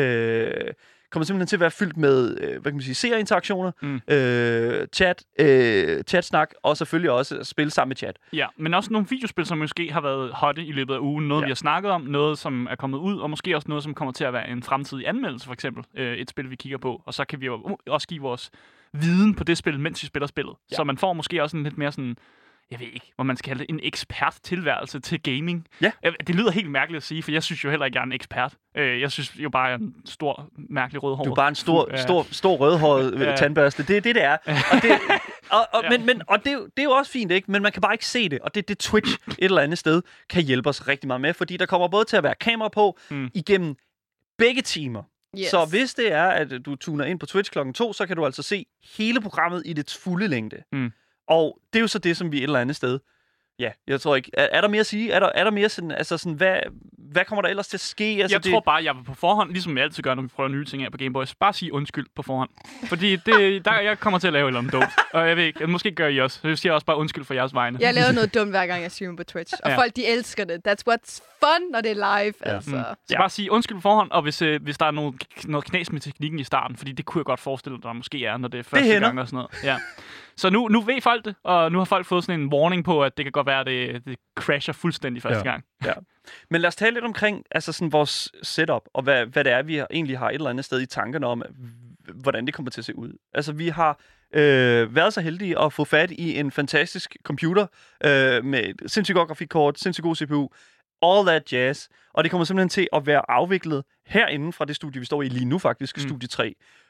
Øh, kommer simpelthen til at være fyldt med, øh, hvad kan man sige, seerinteraktioner, mm. øh, chat, øh, chatsnak, og selvfølgelig også spil sammen med chat. Ja, men også nogle videospil, som måske har været hotte i løbet af ugen. Noget, ja. vi har snakket om, noget, som er kommet ud, og måske også noget, som kommer til at være en fremtidig anmeldelse, for eksempel. Øh, et spil, vi kigger på, og så kan vi jo også give vores viden på det spil, mens vi spiller spillet. Ja. Så man får måske også en lidt mere sådan... Jeg ved ikke, hvor man skal kalde det, en ekspert-tilværelse til gaming. Ja. Det lyder helt mærkeligt at sige, for jeg synes jo heller ikke, jeg er en ekspert. Jeg synes jo bare, jeg er en stor, mærkelig rødhåret. Du er bare en stor, ja. stor, stor rødhåret ja. tandbørste. Det er det, det er. Og det, og, og, ja. Men, men, og det, er jo, det er jo også fint, ikke? Men man kan bare ikke se det. Og det det Twitch et eller andet sted kan hjælpe os rigtig meget med, fordi der kommer både til at være kamera på mm. igennem begge timer. Yes. Så hvis det er, at du tuner ind på Twitch klokken to, så kan du altså se hele programmet i dets fulde længde. Mm. Og det er jo så det, som vi et eller andet sted... Ja, jeg tror ikke... Er, er der mere at sige? Er der, er der mere sådan... Altså sådan, hvad, hvad kommer der ellers til at ske? Altså, jeg det... tror bare, jeg vil på forhånd, ligesom jeg altid gør, når vi prøver nye ting her på Gameboys, bare sige undskyld på forhånd. Fordi det, der, jeg kommer til at lave et eller andet dumt. Og jeg ved ikke, måske gør I også. Så jeg siger også bare undskyld for jeres vegne. Jeg laver noget dumt hver gang, jeg streamer på Twitch. Og ja. folk, de elsker det. That's what's fun, når det er live. Ja. Altså. Mm. Så ja. bare sige undskyld på forhånd, og hvis, øh, hvis der er noget, noget knas med teknikken i starten, fordi det kunne jeg godt forestille, der måske er, når det er første det gang og sådan noget. Ja. Så nu, nu ved folk det, og nu har folk fået sådan en warning på, at det kan godt være, at det, det crasher fuldstændig første ja. gang. Ja. Men lad os tale lidt omkring altså sådan vores setup, og hvad, hvad det er, vi har, egentlig har et eller andet sted i tankerne om, hvordan det kommer til at se ud. Altså, vi har øh, været så heldige at få fat i en fantastisk computer øh, med et sindssygt godt grafikkort, sindssygt god C P U, all that jazz, og det kommer simpelthen til at være afviklet herinde fra det studie, vi står i lige nu faktisk, mm. studie tre,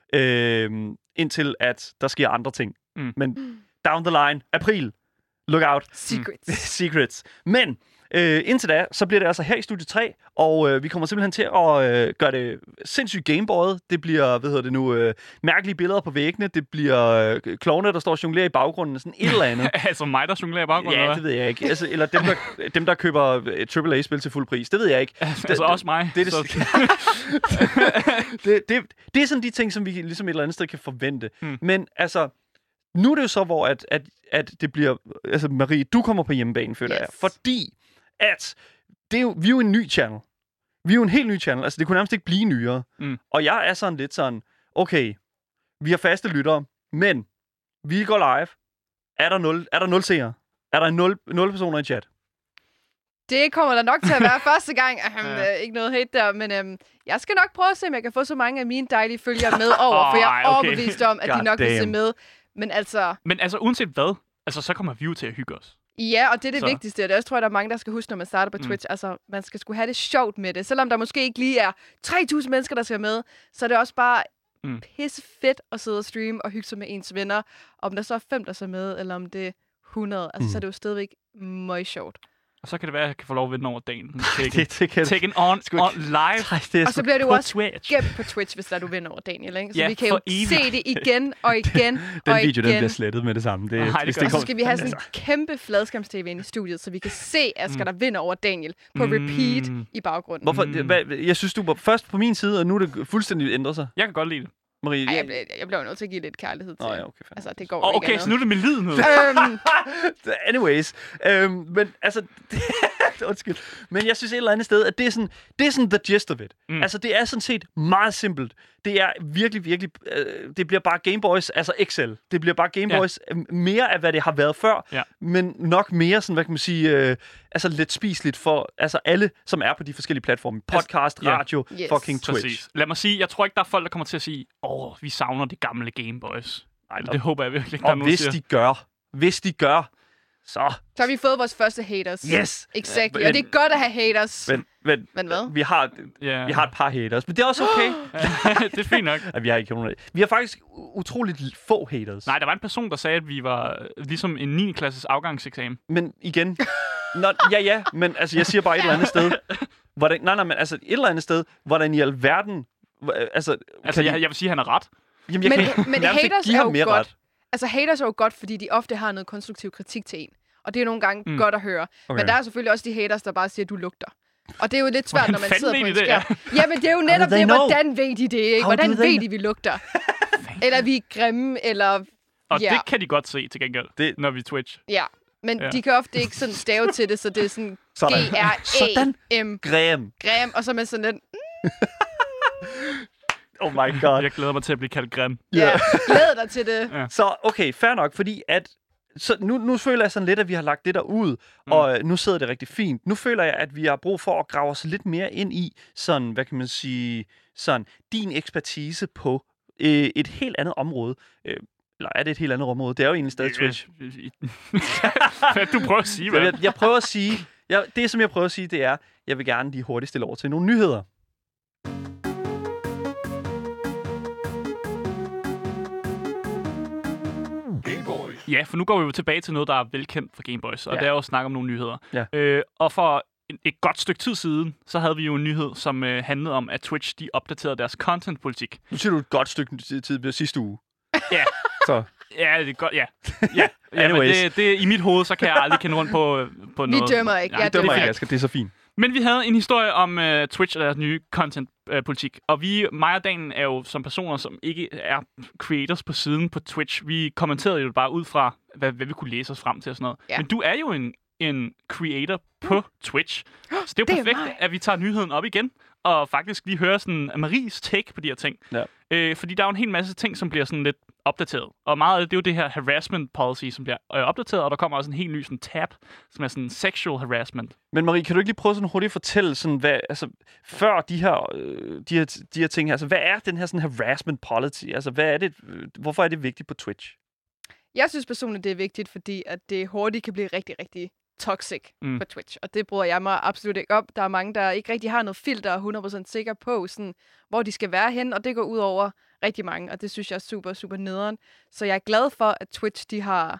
øh, indtil at der sker andre ting. Mm. Men down the line, april, look out. Secrets. Secrets. Men øh, indtil da, så bliver det altså her i studie tre, og øh, vi kommer simpelthen til at øh, gøre det sindssygt gameboyet. Det bliver, hvad hedder det nu, øh, mærkelige billeder på væggene. Det bliver øh, klovne, der står og jonglerer i baggrunden, sådan et eller andet. Altså mig, der jonglerer i baggrunden? Ja, det ved jeg ikke. Altså, eller dem, der, dem, der køber triple A-spil til fuld pris. Det ved jeg ikke. Altså det, også mig. Det, det, det, det, det er sådan de ting, som vi ligesom et eller andet sted kan forvente. Hmm. Men altså... Nu er det jo så, hvor at, at, at det bliver... Altså, Marie, du kommer på hjemmebane, føler yes. jeg. Fordi at det er jo, vi er jo en ny channel. Vi er jo en helt ny channel. Altså, det kunne nærmest ikke blive nyere. Mm. Og jeg er sådan lidt sådan... Okay, vi har faste lyttere, men vi går live. Er der nul, er der nul seere? Er der nul, nul personer i chat? Det kommer der nok til at være første gang. Ahem, ja. øh, ikke noget hate der, men øhm, jeg skal nok prøve at se, om jeg kan få så mange af mine dejlige følgere med over, for jeg er okay. overbevist om, at God de nok damn. vil se med. Men altså... Men altså, uanset hvad, altså, så kommer vi jo til at hygge os. Ja, og det er det så. vigtigste, og det også tror jeg, der er mange, der skal huske, når man starter på Twitch. Mm. Altså, man skal sgu have det sjovt med det. Selvom der måske ikke lige er tre tusind mennesker, der skal med, så er det også bare mm. pisse fedt at sidde og streame og hygge sig med ens venner. Om der så er fem, der ser med, eller om det er hundrede. Altså, mm. så er det jo stadigvæk meget sjovt. Og så kan det være, at jeg kan få lov at vinde over dagen. det, det kan Taken on, on live. Nej, det er og så bliver det jo også Twitch. gemt på Twitch, hvis der du vinder over Daniel, ikke? Så ja, vi kan jo evigt. se det igen og igen den og video, igen. den bliver slettet med det samme. Det, Nej, det det og så skal vi have sådan en kæmpe fladskærms-tv inde i studiet, så vi kan se Asger, der vinder over Daniel på repeat mm. i baggrunden. Hvorfor? Mm. Hvad, jeg synes, du var først på min side, og nu er det fuldstændig ændret sig. Jeg kan godt lide det. Marie, Ej, jeg, bliver, jeg bliver jo nødt til at give lidt kærlighed til. Oh, ja, okay, altså, det går oh, ikke okay, andet. så nu er det med lyd nu. øhm. Anyways. Øhm, men altså... Undskyld. Men jeg synes et eller andet sted, at det er sådan, det er sådan the gist of it. Mm. Altså, det er sådan set meget simpelt. Det er virkelig, virkelig... Øh, det bliver bare Game Boys, altså X L. Det bliver bare Game Boys ja. mere af, hvad det har været før, ja. men nok mere sådan, hvad kan man sige, øh, altså lidt spiseligt for altså alle, som er på de forskellige platforme. Podcast, altså, radio, yeah. yes. fucking Twitch. Præcis. Lad mig sige, jeg tror ikke, der er folk, der kommer til at sige, åh, vi savner det gamle Game Boys. Nej, det håber jeg virkelig ikke, der og hvis siger. de gør, hvis de gør, så... Så har vi fået vores første haters. Yes! Exactly. Men, og det er godt at have haters. Men, men, men hvad? Vi har, yeah. vi har et par haters, men det er også okay. Det er fint nok. Ja, vi har ikke nogen. Vi har faktisk utroligt få haters. Nej, der var en person, der sagde, at vi var ligesom en niende klasses afgangseksamen. Men igen... Nå, ja, ja, men altså, jeg siger bare et eller andet sted. Hvordan, nej, nej, men altså, et eller andet sted, hvordan i alverden... Altså, altså jeg, jeg vil sige, at han er ret. Jamen, jeg men kan, men haters er jo mere godt. Ret. Altså, haters er jo godt, fordi de ofte har noget konstruktiv kritik til en. Og det er jo nogle gange mm. godt at høre. Okay. Men der er selvfølgelig også de haters, der bare siger, at du lugter. Og det er jo lidt svært, når man sidder på en det, skærm. Ja? Jamen, det er jo netop det. Know? Hvordan ved de det, ikke? How Hvordan ved know? de, vi lugter? Eller vi er grimme, eller... Og ja. det kan de godt se til gengæld, det... når vi Twitch. Ja, men ja. de kan ofte ikke sådan stave til det, så det er sådan G R E M. Græm. Græm, og så med sådan en... Oh my god. Jeg glæder mig til at blive kaldt grim. Ja, yeah. Glæder dig til det. Ja. Så okay, fair nok, fordi at så nu, nu føler jeg sådan lidt, at vi har lagt det der ud, mm. og nu sidder det rigtig fint. Nu føler jeg, at vi har brug for at grave os lidt mere ind i sådan, hvad kan man sige, sådan din ekspertise på øh, et helt andet område. Øh, eller er det et helt andet område? Det er jo egentlig stadig Twitch. Hvad du prøver at sige, hvad? Jeg, jeg prøver at sige, jeg, det som jeg prøver at sige, det er, jeg vil gerne lige hurtigt stille over til nogle nyheder. Ja, for nu går vi jo tilbage til noget, der er velkendt for Game Boys, og ja. det er jo at snakke om nogle nyheder. Ja. Øh, og for et, et godt stykke tid siden, så havde vi jo en nyhed, som øh, handlede om, at Twitch de opdaterede deres content-politik. Nu siger du et godt stykke tid sidste uge. Ja. Så. Ja, det er godt, ja. ja. ja men det, det, i mit hoved, så kan jeg aldrig kende rundt på, på noget. Vi dømmer ikke. Ja, ja, vi dømmer ikke, Asger. Det er så fint. Men vi havde en historie om uh, Twitch og deres nye content-politik. Og vi, mig og Dan, er jo som personer, som ikke er creators på siden på Twitch. Vi kommenterede jo bare ud fra, hvad, hvad vi kunne læse os frem til og sådan noget. Ja. Men du er jo en, en creator på Twitch. Så det er jo det perfekt, er at vi tager nyheden op igen. Og faktisk lige hører sådan Maries take på de her ting. Ja. Øh, fordi der er jo en hel masse ting, som bliver sådan lidt opdateret. Og meget af det, det er jo det her harassment policy, som bliver øh, opdateret. Og der kommer også en helt ny sådan tab, som er sådan sexual harassment. Men Marie, kan du ikke lige prøve sådan hurtigt at fortælle, sådan, hvad, altså, før de her, øh, de, her, de her ting her, altså, hvad er den her sådan harassment policy? Altså, hvad er det, øh, hvorfor er det vigtigt på Twitch? Jeg synes personligt, det er vigtigt, fordi at det hurtigt kan blive rigtig, rigtig toxic mm. på Twitch. Og det bruger jeg mig absolut ikke op. Der er mange, der ikke rigtig har noget filter og hundrede procent sikker på, sådan, hvor de skal være hen, og det går ud over rigtig mange, og det synes jeg er super, super nederen. Så jeg er glad for, at Twitch, de har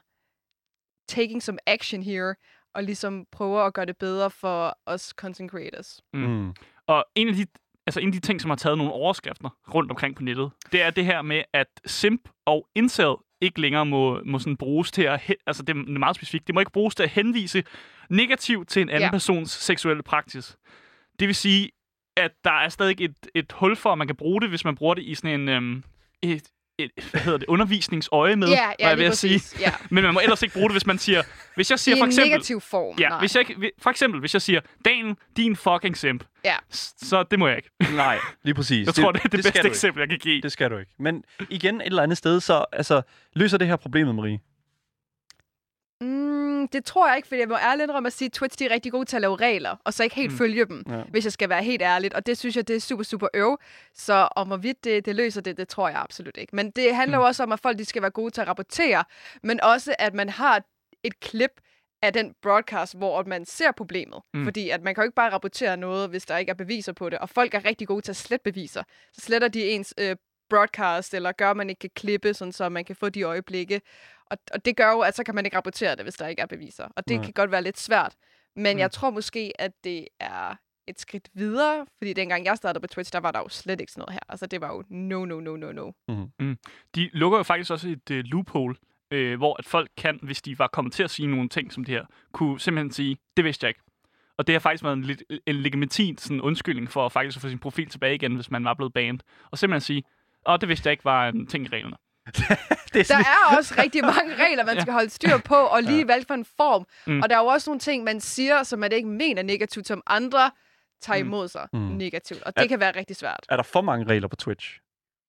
taking some action here, og ligesom prøver at gøre det bedre for os content creators. Mm. Mm. Og en af de Altså en af de ting, som har taget nogle overskrifter rundt omkring på nettet, det er det her med, at simp og incel ikke længere må, må sådan bruges til at... Altså det er meget specifikt. Det må ikke bruges til at henvise negativt til en anden ja. persons seksuelle praksis. Det vil sige, at der er stadig et, et hul for, at man kan bruge det, hvis man bruger det i sådan en... Øhm, et, et, hvad hedder det, undervisningsøje med, ja, ja, jeg vil sige. Ja. Men man må ellers ikke bruge det, hvis man siger... Hvis jeg siger I for eksempel, en negativ form. Ja, hvis jeg, for eksempel, hvis jeg siger, Dan, din fucking simp, ja. så det må jeg ikke. Nej, lige præcis. Jeg tror, det er det, det bedste eksempel, jeg kan give. Det skal du ikke. Men igen, et eller andet sted, så altså, løser det her problemet, Marie? Mm, Mm, det tror jeg ikke, fordi jeg må ærligt om at sige, at Twitch de er rigtig gode til at lave regler, og så ikke helt mm. følge dem, ja. hvis jeg skal være helt ærligt. Og det synes jeg, det er super, super øv. Så om hvorvidt det, det løser det, det tror jeg absolut ikke. Men det handler mm. jo også om, at folk de skal være gode til at rapportere, men også, at man har et klip af den broadcast, hvor man ser problemet. Mm. Fordi at man kan jo ikke bare rapportere noget, hvis der ikke er beviser på det. Og folk er rigtig gode til at slette beviser. Så sletter de ens øh, broadcast, eller gør, at man ikke kan klippe, sådan, så man kan få de øjeblikke. Og, og det gør jo, at så kan man ikke rapportere det, hvis der ikke er beviser. Og det Nej. kan godt være lidt svært. Men mm. jeg tror måske, at det er et skridt videre, fordi dengang jeg startede på Twitch, der var der jo slet ikke sådan noget her. Altså det var jo no, no, no, no, no. Mm. Mm. De lukker jo faktisk også et uh, loophole, øh, hvor at folk kan, hvis de var kommet til at sige nogle ting som det her, kunne simpelthen sige, det vidste jeg ikke. Og det har faktisk været en, en legitim sådan, undskyldning for faktisk at få sin profil tilbage igen, hvis man var blevet banned. Og simpelthen sige, åh, det vidste jeg ikke var en ting i reglerne. det er sådan... Der er også rigtig mange regler, man skal holde styr på, og lige ja. valge for en form. Mm. Og der er jo også nogle ting, man siger, som man ikke mener negativt, som andre tager imod sig mm. negativt. Og det er, kan være rigtig svært. Er der for mange regler på Twitch?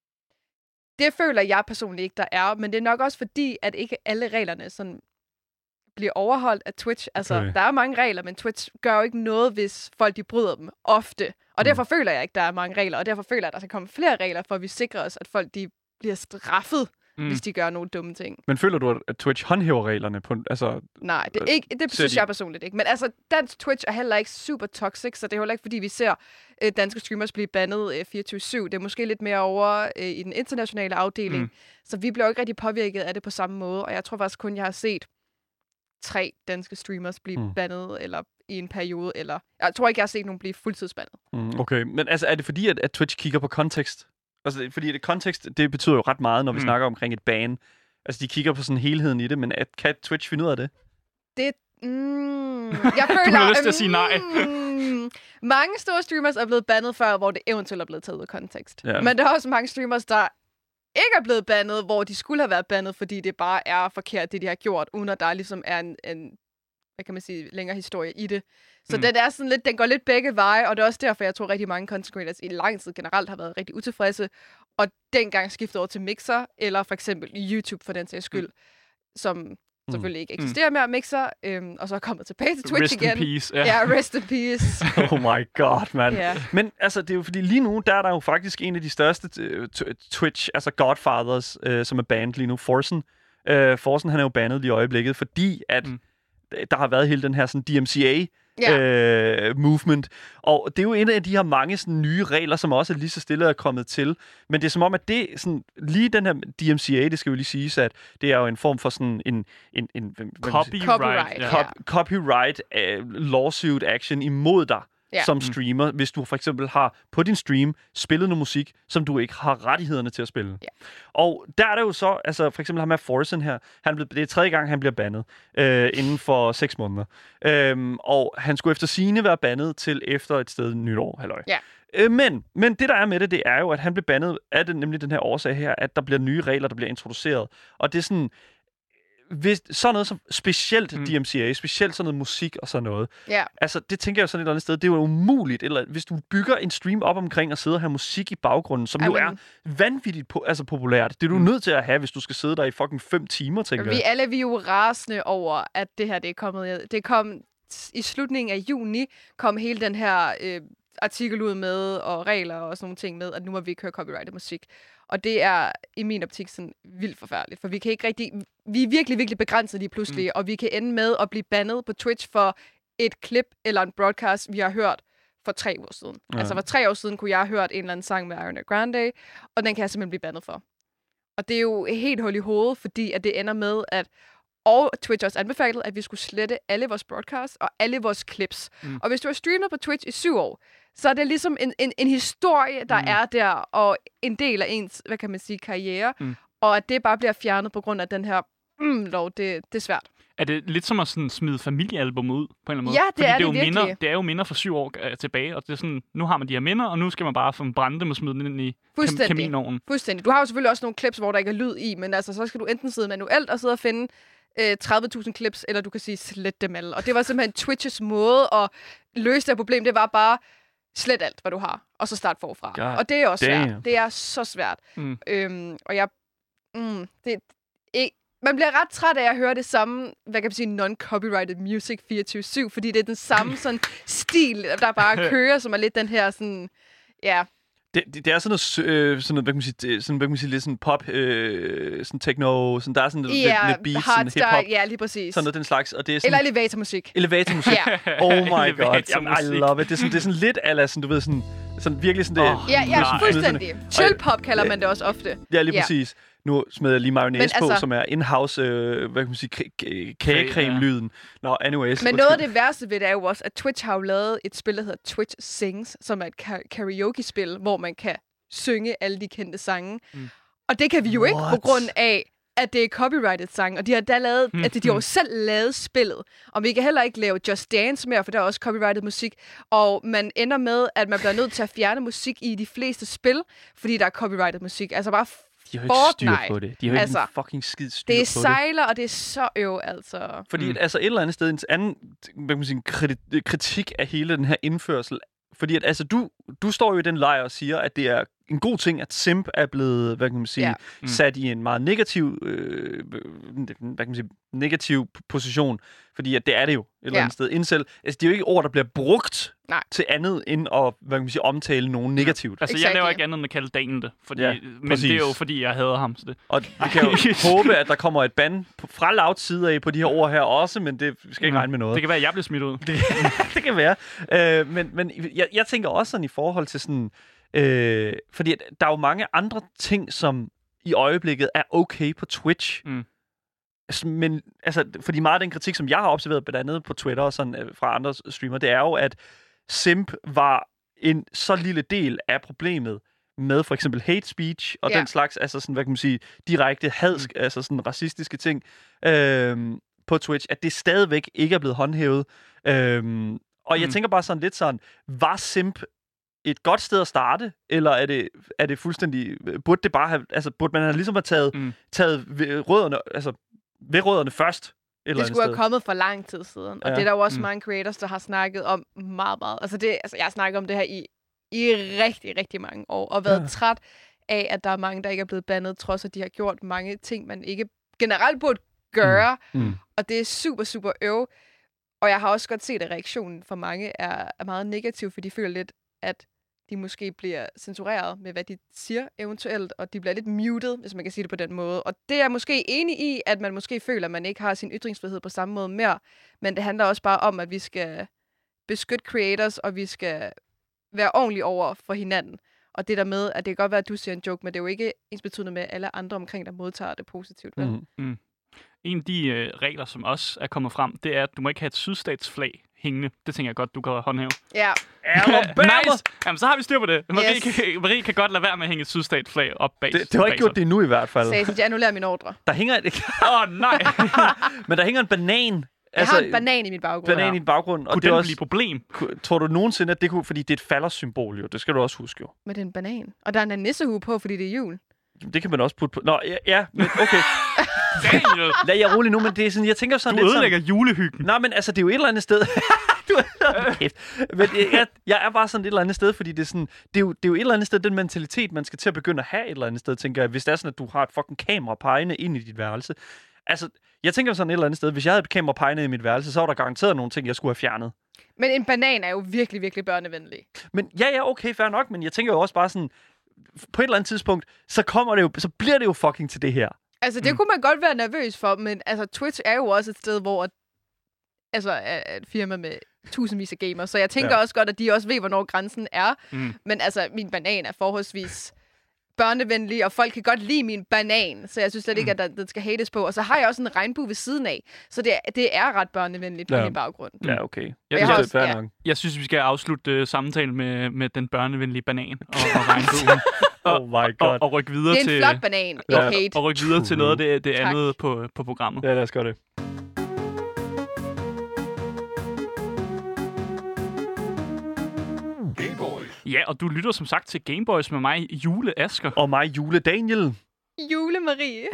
Det føler jeg personligt ikke, der er. Men det er nok også fordi, at ikke alle reglerne sådan bliver overholdt af Twitch. Altså, okay. der er mange regler, men Twitch gør jo ikke noget, hvis folk de bryder dem ofte. Og mm. derfor føler jeg ikke, der er mange regler. Og derfor føler jeg, at der skal komme flere regler, for at vi sikrer os, at folk de bliver straffet, mm. hvis de gør nogle dumme ting. Men føler du, at Twitch håndhæver reglerne på... Altså, Nej, det, er ikke, det synes de... jeg personligt ikke. Men altså, dansk Twitch er heller ikke super toxic, så det er heller ikke, fordi vi ser øh, danske streamers blive bandet øh, fireogtyve syv. Det er måske lidt mere over øh, i den internationale afdeling. Mm. Så vi bliver jo ikke rigtig påvirket af det på samme måde. Og jeg tror faktisk kun, jeg har set tre danske streamers blive mm. bandet, eller i en periode, eller... Jeg tror ikke, jeg har set nogen blive fuldtidsbandet. Mm, okay, men altså, er det fordi, at, at Twitch kigger på kontekst? Altså, fordi det kontekst, det betyder jo ret meget, når vi mm. snakker omkring et ban. Altså, de kigger på sådan helheden i det, men at, kan Twitch finde ud af det? Det... Mm, jeg føler... Du har lyst til at sige nej. mm, mange store streamers er blevet bandet før, hvor det eventuelt er blevet taget ud af kontekst. Ja. Men der er også mange streamers, der ikke er blevet bandet, hvor de skulle have været bandet, fordi det bare er forkert, det de har gjort, uden at der ligesom er en, en hvad kan man sige, længere historie i det. Så mm. den er sådan lidt, den går lidt begge veje, og det er også derfor, jeg tror rigtig mange content creators i lang tid generelt har været rigtig utilfredse, og dengang skiftet over til Mixer, eller for eksempel YouTube for den sags skyld, mm. som selvfølgelig ikke eksisterer mere, Mixer, øhm, og så er kommet tilbage til Twitch rest igen. Rest in peace. Yeah. Ja, rest in peace. Oh my god, man. Yeah. Men altså, det er jo fordi lige nu, der er der jo faktisk en af de største uh, Twitch, altså Godfathers, uh, som er banned lige nu, Forsen. Uh, Forsen, han er jo bandet lige i øjeblikket, fordi at mm. der har været hele den her sådan D M C A, Yeah. Øh, movement. Og det er jo en af de her mange sådan, nye regler, som også er lige så stille er kommet til. Men det er som om, at det sådan, lige den her D M C A, det skal jo lige siges, at det er jo en form for sådan en... en, en copyright. Copyright, yeah. Cop, copyright uh, lawsuit action imod dig. Yeah. Som streamer, hvis du for eksempel har på din stream spillet noget musik, som du ikke har rettighederne til at spille. Yeah. Og der er det jo så, altså for eksempel ham med Forsen her, han blev, det er tredje gang, han bliver bandet øh, inden for seks måneder. Øhm, og han skulle efter sigende være bandet til efter et sted nytår, halløj. Yeah. Øh, men, men det der er med det, det er jo, at han blev bandet af det, nemlig den her årsag her, at der bliver nye regler, der bliver introduceret. Og det er sådan... Hvis, sådan noget som specielt mm. D M C A, specielt sådan noget musik og sådan noget. Yeah. Altså, det tænker jeg jo sådan et eller andet sted, det er jo umuligt. Eller hvis du bygger en stream op omkring og sidder og have musik i baggrunden, som Amen. jo er vanvittigt po- altså populært. Det er du mm. nødt til at have, hvis du skal sidde der i fucking fem timer, tænker vi jeg. Vi alle vi er jo rasende over, at det her det er kommet. Det kom i slutningen af juni, kom hele den her øh, artikel ud med, og regler og sådan nogle ting med, at nu må vi ikke høre copyrighted musik. Og det er i min optik sådan vildt forfærdeligt, for vi kan ikke rigtig... Vi er virkelig, virkelig begrænset lige pludselig, mm. og vi kan ende med at blive bandet på Twitch for et klip eller en broadcast, vi har hørt for tre år siden. Ja. Altså for tre år siden kunne jeg have hørt en eller anden sang med Ariana Grande, og den kan jeg simpelthen blive bandet for. Og det er jo helt hul i hovedet, fordi at det ender med, at og Twitch også anbefalet, at vi skulle slette alle vores broadcasts og alle vores clips. Mm. Og hvis du har streamet på Twitch i syv år, så er det ligesom en, en, en historie, der mm. er der, og en del af ens, hvad kan man sige, karriere. Mm. Og at det bare bliver fjernet på grund af den her mm, lov, det, det er svært. Er det lidt som at sådan smide familiealbum ud, på en eller anden måde? Ja, det Fordi er det, det er jo virkelig. Minder, det er jo minder fra syv år øh, tilbage, og det er sådan, nu har man de her minder, og nu skal man bare sådan brænde dem og smide dem ind i kam- kaminovnen. Fuldstændig. Du har jo selvfølgelig også nogle clips, hvor der ikke er lyd i, men altså, så skal du enten sidde manuelt og sidde og finde øh, tredive tusind clips, eller du kan sige, slet dem alle. Og det var simpelthen Twitches måde at løse det her problem. Det var bare, slet alt, hvad du har, og så start forfra. God og det er også damn. svært. Det er så svært. Mm. Øhm, og jeg... Mm, det, ikke, man bliver ret træt af at høre det samme, hvad kan man sige, non-copyrighted music fireogtyve syv, fordi det er den samme sådan stil, der bare kører, som er lidt den her sådan, ja... Det, det, det er sådan noget, øh, sådan noget, hvad kan man sige, sådan, hvad kan man sige, lidt sådan pop, øh, sådan techno, sådan, der er sådan lidt, ja, lidt beats, sådan hip-hop. Ja, lige præcis. Sådan noget, den slags, og det er sådan... Eller elevatormusik. Elevatormusik. Ja. Oh my god, jamen, I love it. Det er sådan, det er sådan lidt ala, sådan, du ved, sådan, sådan virkelig sådan det... Oh, ja, ja, nej. fuldstændig. Chill-pop kalder man det også ofte. Ja, lige ja. præcis. Nu smed jeg lige mayonnaise på, altså, som er in-house, øh, hvad kan man sige, kagecreme-lyden. Nå, anyways. Men noget af det værste ved det er jo også, at Twitch har jo lavet et spil, der hedder Twitch Sings, som er et karaoke-spil, hvor man kan synge alle de kendte sange. Mm. Og det kan vi jo What? ikke på grund af, at det er copyrighted sang. Og de har da lavet, mm. at de, de har jo selv lavet spillet. Og vi kan heller ikke lave Just Dance mere, for der er også copyrighted musik. Og man ender med, at man bliver nødt til at fjerne musik i de fleste spil, fordi der er copyrighted musik. Altså bare de har ikke styr på det. De har altså, ikke fucking skid styr det på det. Det sejler, og det er så øv, altså. Fordi mm. altså et eller andet sted, en anden hvad kan man sige, kritik af hele den her indførsel, fordi at altså du, du står jo i den lejr og siger, at det er en god ting, at simp er blevet, hvad kan man sige, ja. sat i en meget negativ, øh, hvad kan man sige, negativ position, fordi at det er det jo et ja. eller andet sted. Incel, altså det er jo ikke ord, der bliver brugt Nej. til andet end at, hvad kan man sige, omtale nogen negativt. Altså exactly. jeg laver ikke andet end at kalde Daniel det, fordi, ja, men det er jo fordi, jeg hader ham. Så det. Og vi kan jo håbe, at der kommer et ban fra Louds side af på de her ord her også, men det skal ikke mm. regne med noget. Det kan være, at jeg bliver smidt ud. Det, det kan være. Øh, men men jeg, jeg tænker også sådan i forhold til sådan, Øh, fordi der er jo mange andre ting, som i øjeblikket er okay på Twitch. Mm. Altså, men, altså, fordi meget af den kritik, som jeg har observeret blandt andet på Twitter og sådan, øh, fra andre streamer, det er jo, at simp var en så lille del af problemet med for eksempel hate speech og ja. den slags, altså sådan, hvad kan man sige, direkte hadsk, mm. altså sådan racistiske ting øh, på Twitch, at det stadigvæk ikke er blevet håndhævet. Øh, og jeg mm. tænker bare sådan lidt sådan, var simp et godt sted at starte, eller er det, er det fuldstændig... Burde det bare have... Altså, burde man have ligesom have taget, mm. taget ved rødderne, altså, ved rødderne først? Eller det skulle have kommet for lang tid siden. Og ja. det er der jo også mm. mange creators, der har snakket om meget, meget. Altså, det, altså jeg har snakket om det her i, i rigtig, rigtig mange år, og været ja. træt af, at der er mange, der ikke er blevet bandet, trods at de har gjort mange ting, man ikke generelt burde gøre. Mm. Mm. Og det er super, super øv. Og jeg har også godt set, at reaktionen for mange er, er meget negativ, for de føler lidt, at de måske bliver censureret med, hvad de siger eventuelt, og de bliver lidt muted, hvis man kan sige det på den måde. Og det er jeg måske enig i, at man måske føler, at man ikke har sin ytringsfrihed på samme måde mere, men det handler også bare om, at vi skal beskytte creators, og vi skal være ordentlige over for hinanden. Og det der med, at det kan godt være, at du siger en joke, men det er jo ikke ensbetydende med, at alle andre omkring dig modtager det positivt. Vel? Mm. Mm. En af de øh, regler, som også er kommet frem, det er, at du må ikke have et sydstatsflag hængende. Det tænker jeg godt, du kan håndhæve. Ja. Nice! Jamen, så har vi styr på det. Marie, Yes. kan, Marie kan godt lade være med at hænge et sydstatsflag op bag. Det, det har ikke gjort det endnu i hvert fald. Så jeg annullerer min ordre. Der hænger et... Åh, oh, nej! Men der hænger en banan. Jeg altså, har en banan i min baggrund. Banan i din baggrund. Og kunne det den også, blive et problem? Tror du nogensinde, at det kunne... Fordi det er et faldersymbol, jo. Det skal du også huske, jo. Med den banan. Og der er en nissehue på, fordi det er jul. Det kan man også putte på... Nå, ja, ja men okay. Lad jeg roligt nu, men det er sådan... Jeg tænker sådan du lidt ødelægger sådan, julehyggen. Nej, men altså, det er jo et eller andet sted... du er kæft. Men jeg, jeg er bare sådan et eller andet sted, fordi det er sådan... Det er, jo, det er jo et eller andet sted, den mentalitet, man skal til at begynde at have et eller andet sted, tænker jeg. Hvis det er sådan, at du har et fucking kamera pegende ind i dit værelse. Altså, jeg tænker sådan et eller andet sted. Hvis jeg havde et kamera pegende i mit værelse, så var der garanteret nogle ting, jeg skulle have fjernet. Men en banan er jo virkelig, virkelig børnevenlig. Men ja, ja, okay, fair nok, men jeg tænker jo også bare sådan... På et eller andet tidspunkt, så kommer det jo... Så bliver det jo fucking til det her. Altså, det mm. kunne man godt være nervøs for, men altså, Twitch er jo også et sted, hvor altså, er et firma med tusindvis af gamere, så jeg tænker ja. også godt, at de også ved, hvornår grænsen er. Mm. Men altså, min banan er forholdsvis børnevenlig, og folk kan godt lide min banan, så jeg synes slet ikke, at der, den skal hates på. Og så har jeg også en regnbue ved siden af, så det, det er ret børnevenligt ja. på min baggrund. Ja, okay. Jeg, jeg, jeg, jeg, også, ja. jeg synes, vi skal afslutte uh, samtalen med, med den børnevenlige banan og, og regnbuen. Oh my god. Og, og rykke videre til... Det er en flot banan, ja. ikke hate. Og rykke videre til noget af det, det andet på, på programmet. Ja, lad os gøre det. Ja, og du lytter som sagt til Gameboys med mig, Jule Asger. Og mig, Jule Daniel. Jule-Marie.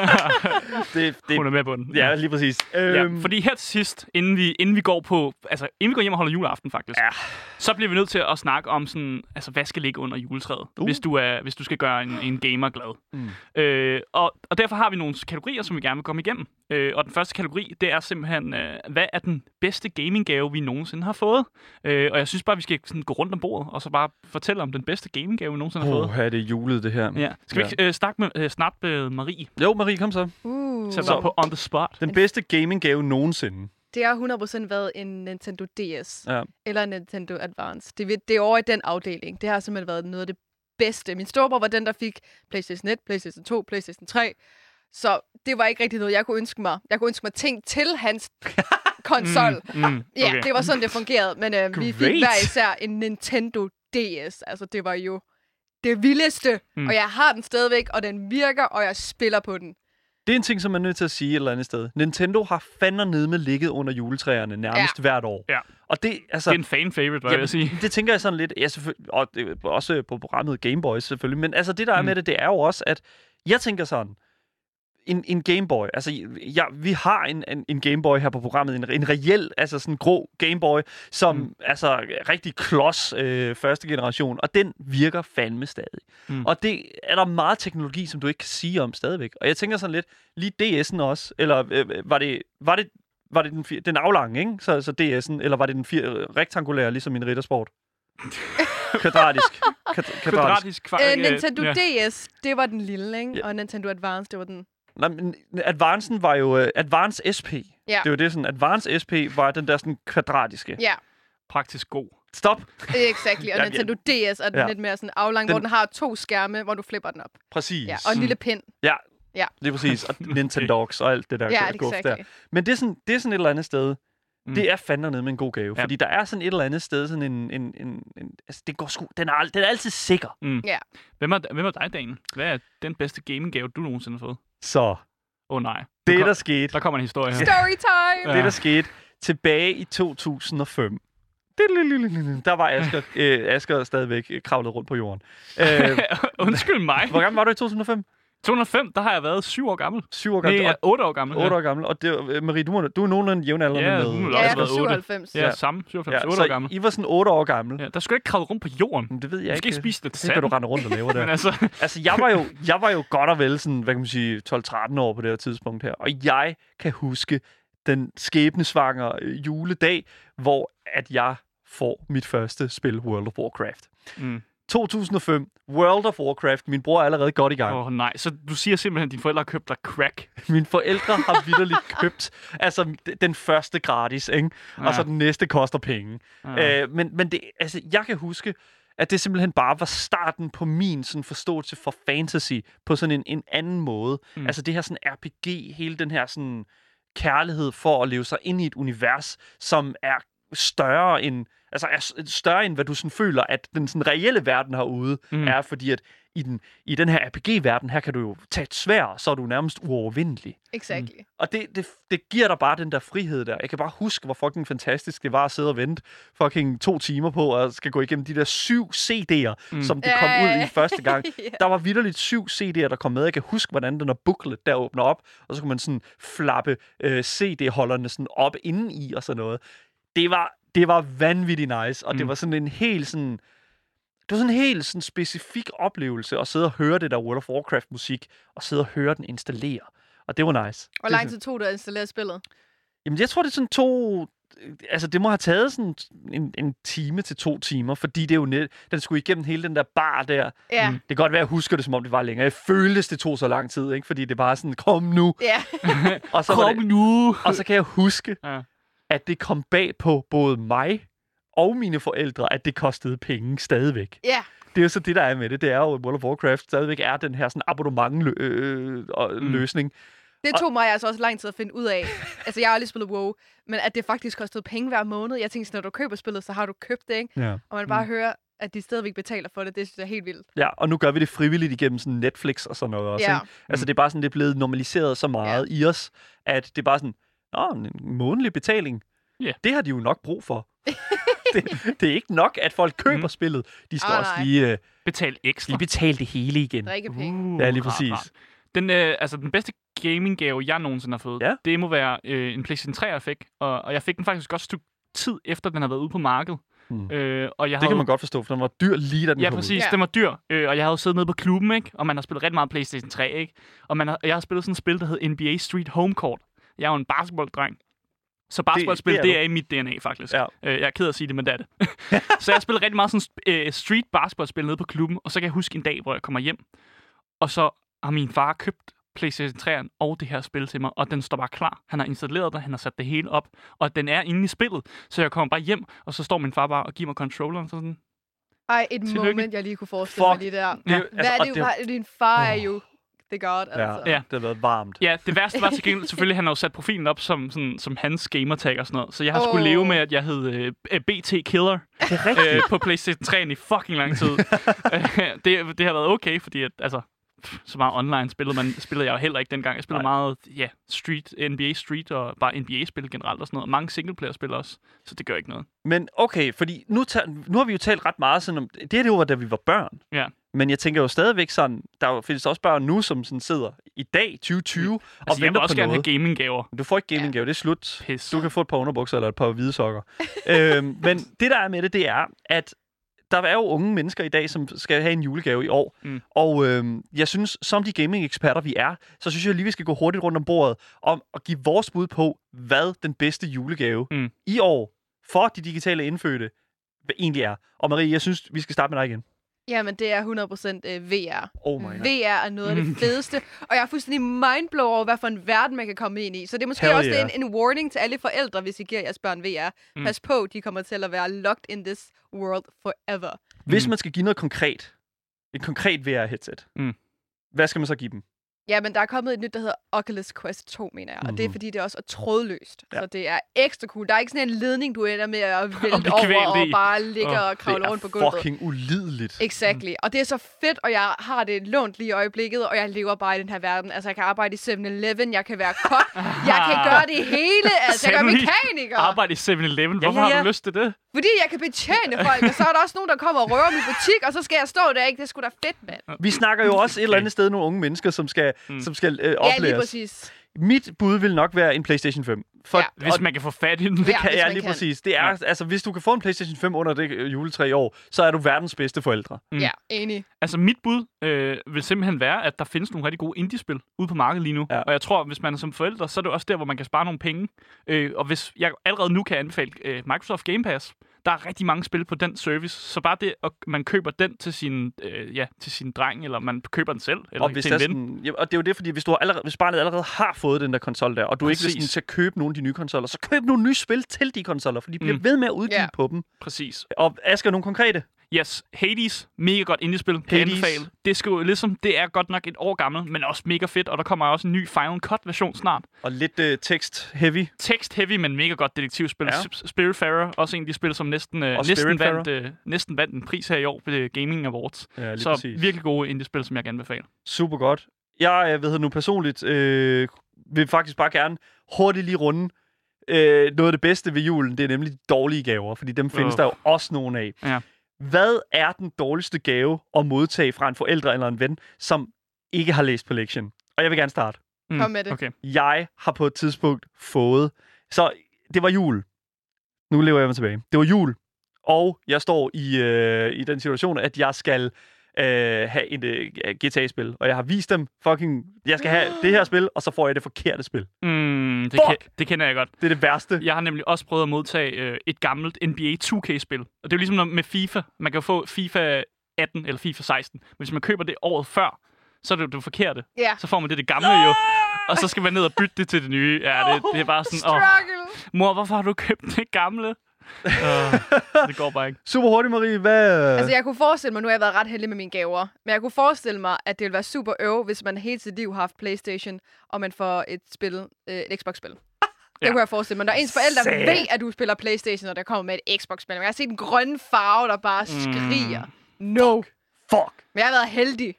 det, det, Hun er med på den. Ja, lige præcis. Ja, Øhm, fordi her til sidst, inden vi, inden vi går på, altså inden vi går hjem og holder juleaften faktisk, Ja. så bliver vi nødt til at snakke om sådan, altså hvad skal ligge under juletræet, Uh. hvis du er, hvis du skal gøre en, en gamer glad. Mm. Øh, og, og derfor har vi nogle kategorier, som vi gerne vil komme igennem. Øh, og den første kategori, det er simpelthen, øh, hvad er den bedste gaminggave, vi nogensinde har fået? Øh, og jeg synes bare, vi skal sådan gå rundt om bordet, og så bare fortælle om den bedste gaminggave, vi nogensinde har fået. Åh, er det julet, det her. Ja. Skal vi ikke øh, snakke med, øh, snart med Marie? Jo, Marie, kom så. Uh. Sæt dig på on the spot. Den bedste gaminggave nogensinde. Det har hundrede procent været en Nintendo D S. Ja. Eller en Nintendo Advance. Det, er- det er over i den afdeling. Det har simpelthen været noget af det bedste. Min storebror var den, der fik PlayStation et, PlayStation to, PlayStation tre. Så det var ikke rigtig noget, jeg kunne ønske mig. Jeg kunne ønske mig ting til hans konsol. Mm, mm, Ja, okay. det var sådan, det fungerede. Men øh, vi fik Great. hver især en Nintendo D S. Altså, det var jo det vildeste. Mm. Og jeg har den stadigvæk, og den virker, og jeg spiller på den. Det er en ting, som man er nødt til at sige et eller andet sted. Nintendo har fandme nede med ligget under juletræerne nærmest Ja. hvert år. Ja. Og det, altså, Det er en fan-favorite, hvad jeg vil sige. det tænker jeg sådan lidt, ja, selvfølgelig, og det, er også på programmet Game Boy selvfølgelig, men altså det der er Mm. med det, det er jo også, at jeg tænker sådan, en, en Game Boy, altså ja, vi har en, en, en Game Boy her på programmet, en, en reel, altså sådan grå Game Boy, som Mm. altså rigtig klods øh, første generation, og den virker fandme stadig. Mm. Og det er der meget teknologi, som du ikke kan sige om stadigvæk. Og jeg tænker sådan lidt, lige D S'en også, eller øh, var det, var det Var det den, fir- den aflange, ikke? Så, så D S'en, eller var det den fir- rektangulære, ligesom en riddersport? Kvadratisk. Kvadrat- Kvadratisk. Kvadratisk kvar- Øh, Nintendo ja. D S, det var den lille, ikke? Ja. Og Nintendo Advance, det var den... Nej, men Advancen var jo... Uh, Advance S P. Ja. Det var det sådan. Advance S P var den der sådan kvadratiske. Ja, Praktisk god. Stop. exactly. Og Ja, Nintendo D S er den ja. lidt mere sådan aflang, Den- hvor den har to skærme, hvor du flipper den op. Præcis. Ja, og en Mm. lille pind. Ja, Ja. det er præcis. Og Nintendogs og alt det der Ja, guf exactly. der. Men det er, sådan, det er sådan et eller andet sted. Mm. Det er fandme nede med en god gave. Ja. Fordi der er sådan et eller andet sted, sådan en... en, en, en altså, det går sgu, den, er, al- den er altid sikker. Mm. Ja. Hvem er, hvem er dig, Daniel? Hvad er den bedste gaminggave, du nogensinde har fået? Så, Åh oh, nej. det Nu kom, der skete... Der kommer en historie her. Storytime! Ja. Det, der skete tilbage i to tusind og fem. Der var Asger, øh, Asger stadigvæk øh, kravlet rundt på jorden. Øh, Undskyld mig. hvor gammel var du i to tusind og fem? to tusind og fem, der har jeg været syv år gammel. Syv år Nej, gammel. jeg er otte år gammel. otte år gammel. Og det, øh, Marie, du, må, du er nogenlunde jævnaldrende Ja, med... hun er Ja, også jeg er været fra otte. syvoghalvfems. Ja, Ja. samme. syvoghalvfems, Ja, otte år så gammel. I var sådan otte år gammel. Ja, der skulle ikke kravle rundt på jorden. Men det ved jeg Du ikke. skal ikke spise det Det kan du sand. rende rundt og lave der. Men altså, Altså, jeg var, jo, jeg var jo godt og vel sådan, hvad kan man sige, tolv tretten år på det her tidspunkt her. Og jeg kan huske den skæbnesvanger øh, juledag, hvor at jeg får mit første spil, World of Warcraft. mm. to tusind og fem, World of Warcraft. Min bror er allerede godt i gang. Åh oh, nej. Så du siger simpelthen, at dine forældre har købt dig crack. Mine forældre har vitterligt købt altså, d- den første gratis, ikke? Ja. Og så den næste koster penge. Ja. Ja. Øh, men men det, altså, jeg kan huske, at det simpelthen bare var starten på min sådan, forståelse for fantasy på sådan en, en anden måde. Mm. Mm. Altså det her sådan R P G, hele den her sådan kærlighed for at leve sig ind i et univers, som er større end, altså er s- større end, hvad du sådan føler, at den sådan reelle verden herude Mm. mm. er, fordi at i, den, i den her R P G-verden, her kan du jo tage et sværd, så er du nærmest uovervindelig. Exactly. Og det, det, det giver dig bare den der frihed der. Jeg kan bare huske, hvor fucking fantastisk det var at sidde og vente fucking to timer på, og skal gå igennem de der syv C D'er, Mm. mm. som det Ja, kom ja, ud ja. i første gang. Ja. Der var vitterligt syv C D'er, der kom med. Jeg kan huske, hvordan den der booklet der åbner op, og så kunne man sådan flappe øh, C D-holderne sådan op indeni og sådan noget. Det var, det var vanvittigt nice, og mm. det Mm. var sådan en helt sådan... Det var sådan en helt sådan specifik oplevelse at sidde og høre det der World of Warcraft-musik, og sidde og høre den installere. Og det var nice. Hvor Det lang synes- tid tog det at installere spillet? Jamen, jeg tror, det er sådan to... Altså, det må have taget sådan en, en time til to timer, fordi det er jo net... Den skulle igennem hele den der bar der. Ja. Mm. Det kan godt være, at jeg husker det, som om det var længere. Jeg føltes, det tog så lang tid, ikke? Fordi det bare sådan, kom nu. Ja. Og så, var Kom det, nu! og så kan jeg huske, Ja. at det kom bag på både mig og mine forældre, at det kostede penge stadigvæk. Ja. Det er jo så det, der er med det. Det er jo, at World of Warcraft stadigvæk er den her sådan abonnement-løsning. Det tog mig altså også lang tid at finde ud af. Altså, jeg har aldrig spillet WoW, men at det faktisk kostede penge hver måned. Jeg tænkte, når du køber spillet, så har du købt det, ikke? Ja. Og man bare mm. hører, at de stadigvæk betaler for det. Det synes jeg er helt vildt. Ja, og nu gør vi det frivilligt igennem sådan Netflix og sådan noget også. Ja. Ikke? Altså, det er bare sådan, det er blevet normaliseret så meget ja. i os, at det er bare sådan, nå, en månedlig betaling. Ja. Det har de jo nok brug for. det, det er ikke nok, at folk køber mm. spillet. De skal Ah, også nej. lige, uh, Betal ekstra. lige betale det hele igen. Drikkepenge. Uh, Ja, lige rart, præcis. rart. Den, øh, altså, den bedste gaminggave, jeg nogensinde har fået, Ja. det må være øh, en PlayStation tre, jeg fik. Og, og jeg fik den faktisk også et stykke tid efter, den har været ude på markedet. Hmm. Øh, og jeg Det havde... kan man godt forstå, for den var dyr lige da den Ja, kom præcis. Ja. Den var dyr. Øh, og jeg havde siddet nede på klubben, ikke? Og man har spillet ret meget PlayStation tre, ikke? Og man har, jeg har spillet sådan et spil, der hed N B A Street Home Court. Jeg er jo en basketballdreng. Så basketballspil, det er det, det du. er i mit D N A, faktisk. Ja. Øh, jeg er ked af at sige det, men det er det. Så jeg har spillet rigtig meget sådan øh, street basketballspil nede på klubben, og så kan jeg huske en dag, hvor jeg kommer hjem, og så har min far købt PlayStation tre'eren og det her spil til mig, og den står bare klar. Han har installeret det, han har sat det hele op, og den er inde i spillet, så jeg kommer bare hjem, og så står min far bare og giver mig controlleren, så sådan. Ej, et Tillykke. moment, jeg lige kunne forestille Fuck. mig lige der. Det er jo- Hvad altså, er og det, det er jo, din far er jo the god, altså. Ja, Ja. det har været varmt. Ja, det værste var til gengæld, selvfølgelig, han har jo sat profilen op som, sådan, som hans gamertag og sådan noget, så jeg har Åh. skulle leve med, at jeg hed øh, B T Killer Det er rigtigt. øh, på PlayStation tre i fucking lang tid. Øh, det, det har været okay, fordi at, altså, pff, så meget online spillede, man, spillede jeg jo heller ikke dengang. Jeg spillede Nej. meget ja, street, N B A Street og bare N B A-spil generelt og sådan noget. Mange singleplayer-spil også, så det gør ikke noget. Men okay, fordi nu, ta- nu har vi jo talt ret meget sådan om... Det, det var, da vi var børn. Ja. Men jeg tænker jo stadigvæk sådan... Der er jo- findes også børn nu, som sådan sidder i dag, tyve tyve, og Altså, jeg vil venter også på gerne noget. have gaming-gaver. Du får ikke gaminggave, det er slut. Pis. Du kan få et par underbukser eller et par hvide sokker. øhm, men det, der er med det, det er, at der er jo unge mennesker i dag, som skal have en julegave i år. Mm. Og øhm, jeg synes, som de gaming-eksperter, vi er, så synes jeg lige, vi skal gå hurtigt rundt om bordet om at give vores bud på, hvad den bedste julegave Mm. i år for de digitale indfødte egentlig er. Og Marie, jeg synes, vi skal starte med dig igen. Jamen, det er hundrede procent øh, V R. Oh my God. V R er noget af det fedeste, og jeg er fuldstændig mindblown over, hvad for en verden, man kan komme ind i. Så det er måske Hell også yeah. en, en warning til alle forældre, hvis I giver jeres børn V R. Mm. Pas på, de kommer til at være locked in this world forever. Hvis Mm. man skal give noget konkret, et konkret V R-headset, Mm. hvad skal man så give dem? Ja, men der er kommet et nyt, der hedder Oculus Quest to, mener jeg. Og det er, Mhm. fordi det også er trådløst. Ja. Så det er ekstra cool. Der er ikke sådan en ledning, du ender med at vælte blive over kvalt og i. bare ligge Åh, og kravle det rundt på er gulvet. fucking ulideligt. Exactly. Og det er så fedt, og jeg har det lånt lige i øjeblikket, og jeg lever bare i den her verden. Altså, jeg kan arbejde i seven eleven, jeg kan være kok, jeg kan gøre det hele. Altså, jeg kan være mekaniker. Arbejde i seven eleven. Hvorfor ja, ja. har du lyst til det? Fordi jeg kan betjene folk, og så er der også nogen, der kommer og røver min butik, og så skal jeg stå der, ikke? Det er sgu da fedt, mand. Vi snakker jo også et eller andet sted nogle unge mennesker, som skal, mm. som skal øh, Ja, oplæres. lige præcis. Mit bud vil nok være en PlayStation fem. For, Ja. Hvis og man kan få fat i den. det Ja, kan hvis jeg man lige kan. præcis. Det er, ja. altså, hvis du kan få en PlayStation fem under det øh, juletræ i år, så er du verdens bedste forældre. Mm. Ja, enig. Altså, mit bud øh, vil simpelthen være, at der findes nogle rigtig gode indie-spil ude på markedet lige nu. Ja. Og jeg tror, hvis man er som forældre, så er det også der, hvor man kan spare nogle penge. Øh, og hvis jeg allerede nu kan anbefale øh, Microsoft Game Pass, der er rigtig mange spil på den service. Så bare det, at man køber den til sin, øh, ja, til sin dreng, eller man køber den selv, eller Og, hvis til der en ven. sådan, ja, og det er jo det, fordi hvis, du har allerede, hvis barnet allerede har fået den der konsol der, og du ikke vil Præcis. sådan, til at købe nogle af de nye konsoller, så køb nogle nye spil til de konsoller, for de bliver Mm. ved med at udgive Ja. på dem. Præcis. Og Asger, nogle konkrete? Yes, Hades, mega godt indie-spil, kan Hades. anbefale. Det skal jo ligesom, det er godt nok et år gammelt, men også mega fedt, og der kommer også en ny Final Cut-version snart. Og lidt uh, tekst-heavy. Text-heavy, men mega godt detektivspil. Ja. Ja. Spiritfarer, også en af de spil, som næsten, øh, Og næsten, Spiritfarer. vandt, øh, næsten vandt en pris her i år ved Gaming Awards. Ja, lige Så præcis. virkelig gode indie-spil, som jeg kan anbefale. Super godt. Jeg øh, ved nu personligt øh, vil faktisk bare gerne hurtigt lige runde øh, noget af det bedste ved julen. Det er nemlig de dårlige gaver, fordi dem findes Uh. der jo også nogle af. Ja. Hvad er den dårligste gave at modtage fra en forælder eller en ven, som ikke har læst på lektion? Og jeg vil gerne starte. Mm. Kom med det. Okay. Jeg har på et tidspunkt fået... Så det var jul. Nu lever jeg mig tilbage. Det var jul, og jeg står i, øh, i den situation, at jeg skal øh, have et øh, G T A-spil. Og jeg har vist dem fucking... Jeg skal have det her spil, og så får jeg det forkerte spil. Mm, det, Fuck! ke- det kender jeg godt. Det er det værste. Jeg har nemlig også prøvet at modtage øh, et gammelt N B A to K-spil. Og det er jo ligesom når- med FIFA. Man kan jo få FIFA atten eller FIFA seksten. Men hvis man køber det året før, så er det jo det forkerte. Ja. Så får man det det gamle jo. Og så skal man ned og bytte det til det nye. Ja, det, det er bare sådan, åh, Struggle. mor, hvorfor har du købt det gamle? Uh, det går bare ikke. Super hurtigt, Marie. Hvad... Altså, jeg kunne forestille mig, nu har jeg været ret heldig med mine gaver, men jeg kunne forestille mig, at det ville være super øv, hvis man hele sit liv har haft PlayStation, og man får et spil, øh, et Xbox-spil. Det Ja. kunne jeg forestille mig. Når ens forældre Sad. ved, at du spiller PlayStation, og der kommer med et Xbox-spil. Jeg har set den grønne farve, der bare skriger. No. Fuck. Men jeg har været heldig.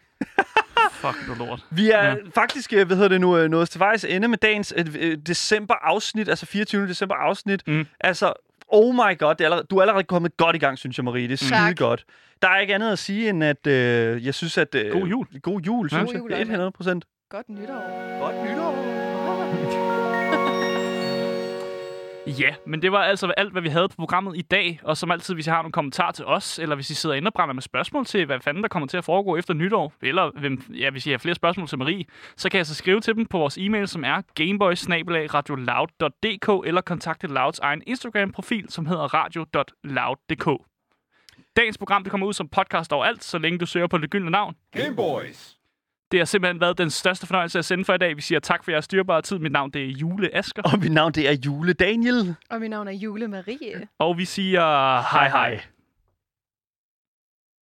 Fuck, det er lort. Vi er Ja. faktisk, øh, hvad hedder det nu, øh, nået til vejs ende med dagens øh, øh, december-afsnit, altså fireogtyvende december-afsnit. Mm. Altså, Oh my god, det er allerede, du er allerede kommet godt i gang, synes jeg, Marie. Det er skide godt. Der er ikke andet at sige, end at øh, jeg synes, at... Øh, god jul. God jul, synes God jul, jeg. hundrede procent. Godt nytår. Godt nytår. Ja, men det var altså alt, hvad vi havde på programmet i dag. Og som altid, hvis I har nogle kommentarer til os, eller hvis I sidder inde og brænder med spørgsmål til, hvad fanden der kommer til at foregå efter nytår, eller hvem, ja, hvis I har flere spørgsmål til Marie, så kan jeg så skrive til dem på vores e-mail, som er gameboys bindestreg radio loud punktum d k, eller kontakte Louds egen Instagram-profil, som hedder radio punktum loud punktum d k. Dagens program det kommer ud som podcast overalt, så længe du søger på det gyldne navn. Gameboys! Det har simpelthen været den største fornøjelse at sende for i dag. Vi siger tak for jeres styrbare tid. Mit navn det er Jule Asger. Og mit navn det er Jule Daniel. Og mit navn er Jule Marie. Og vi siger hej hej.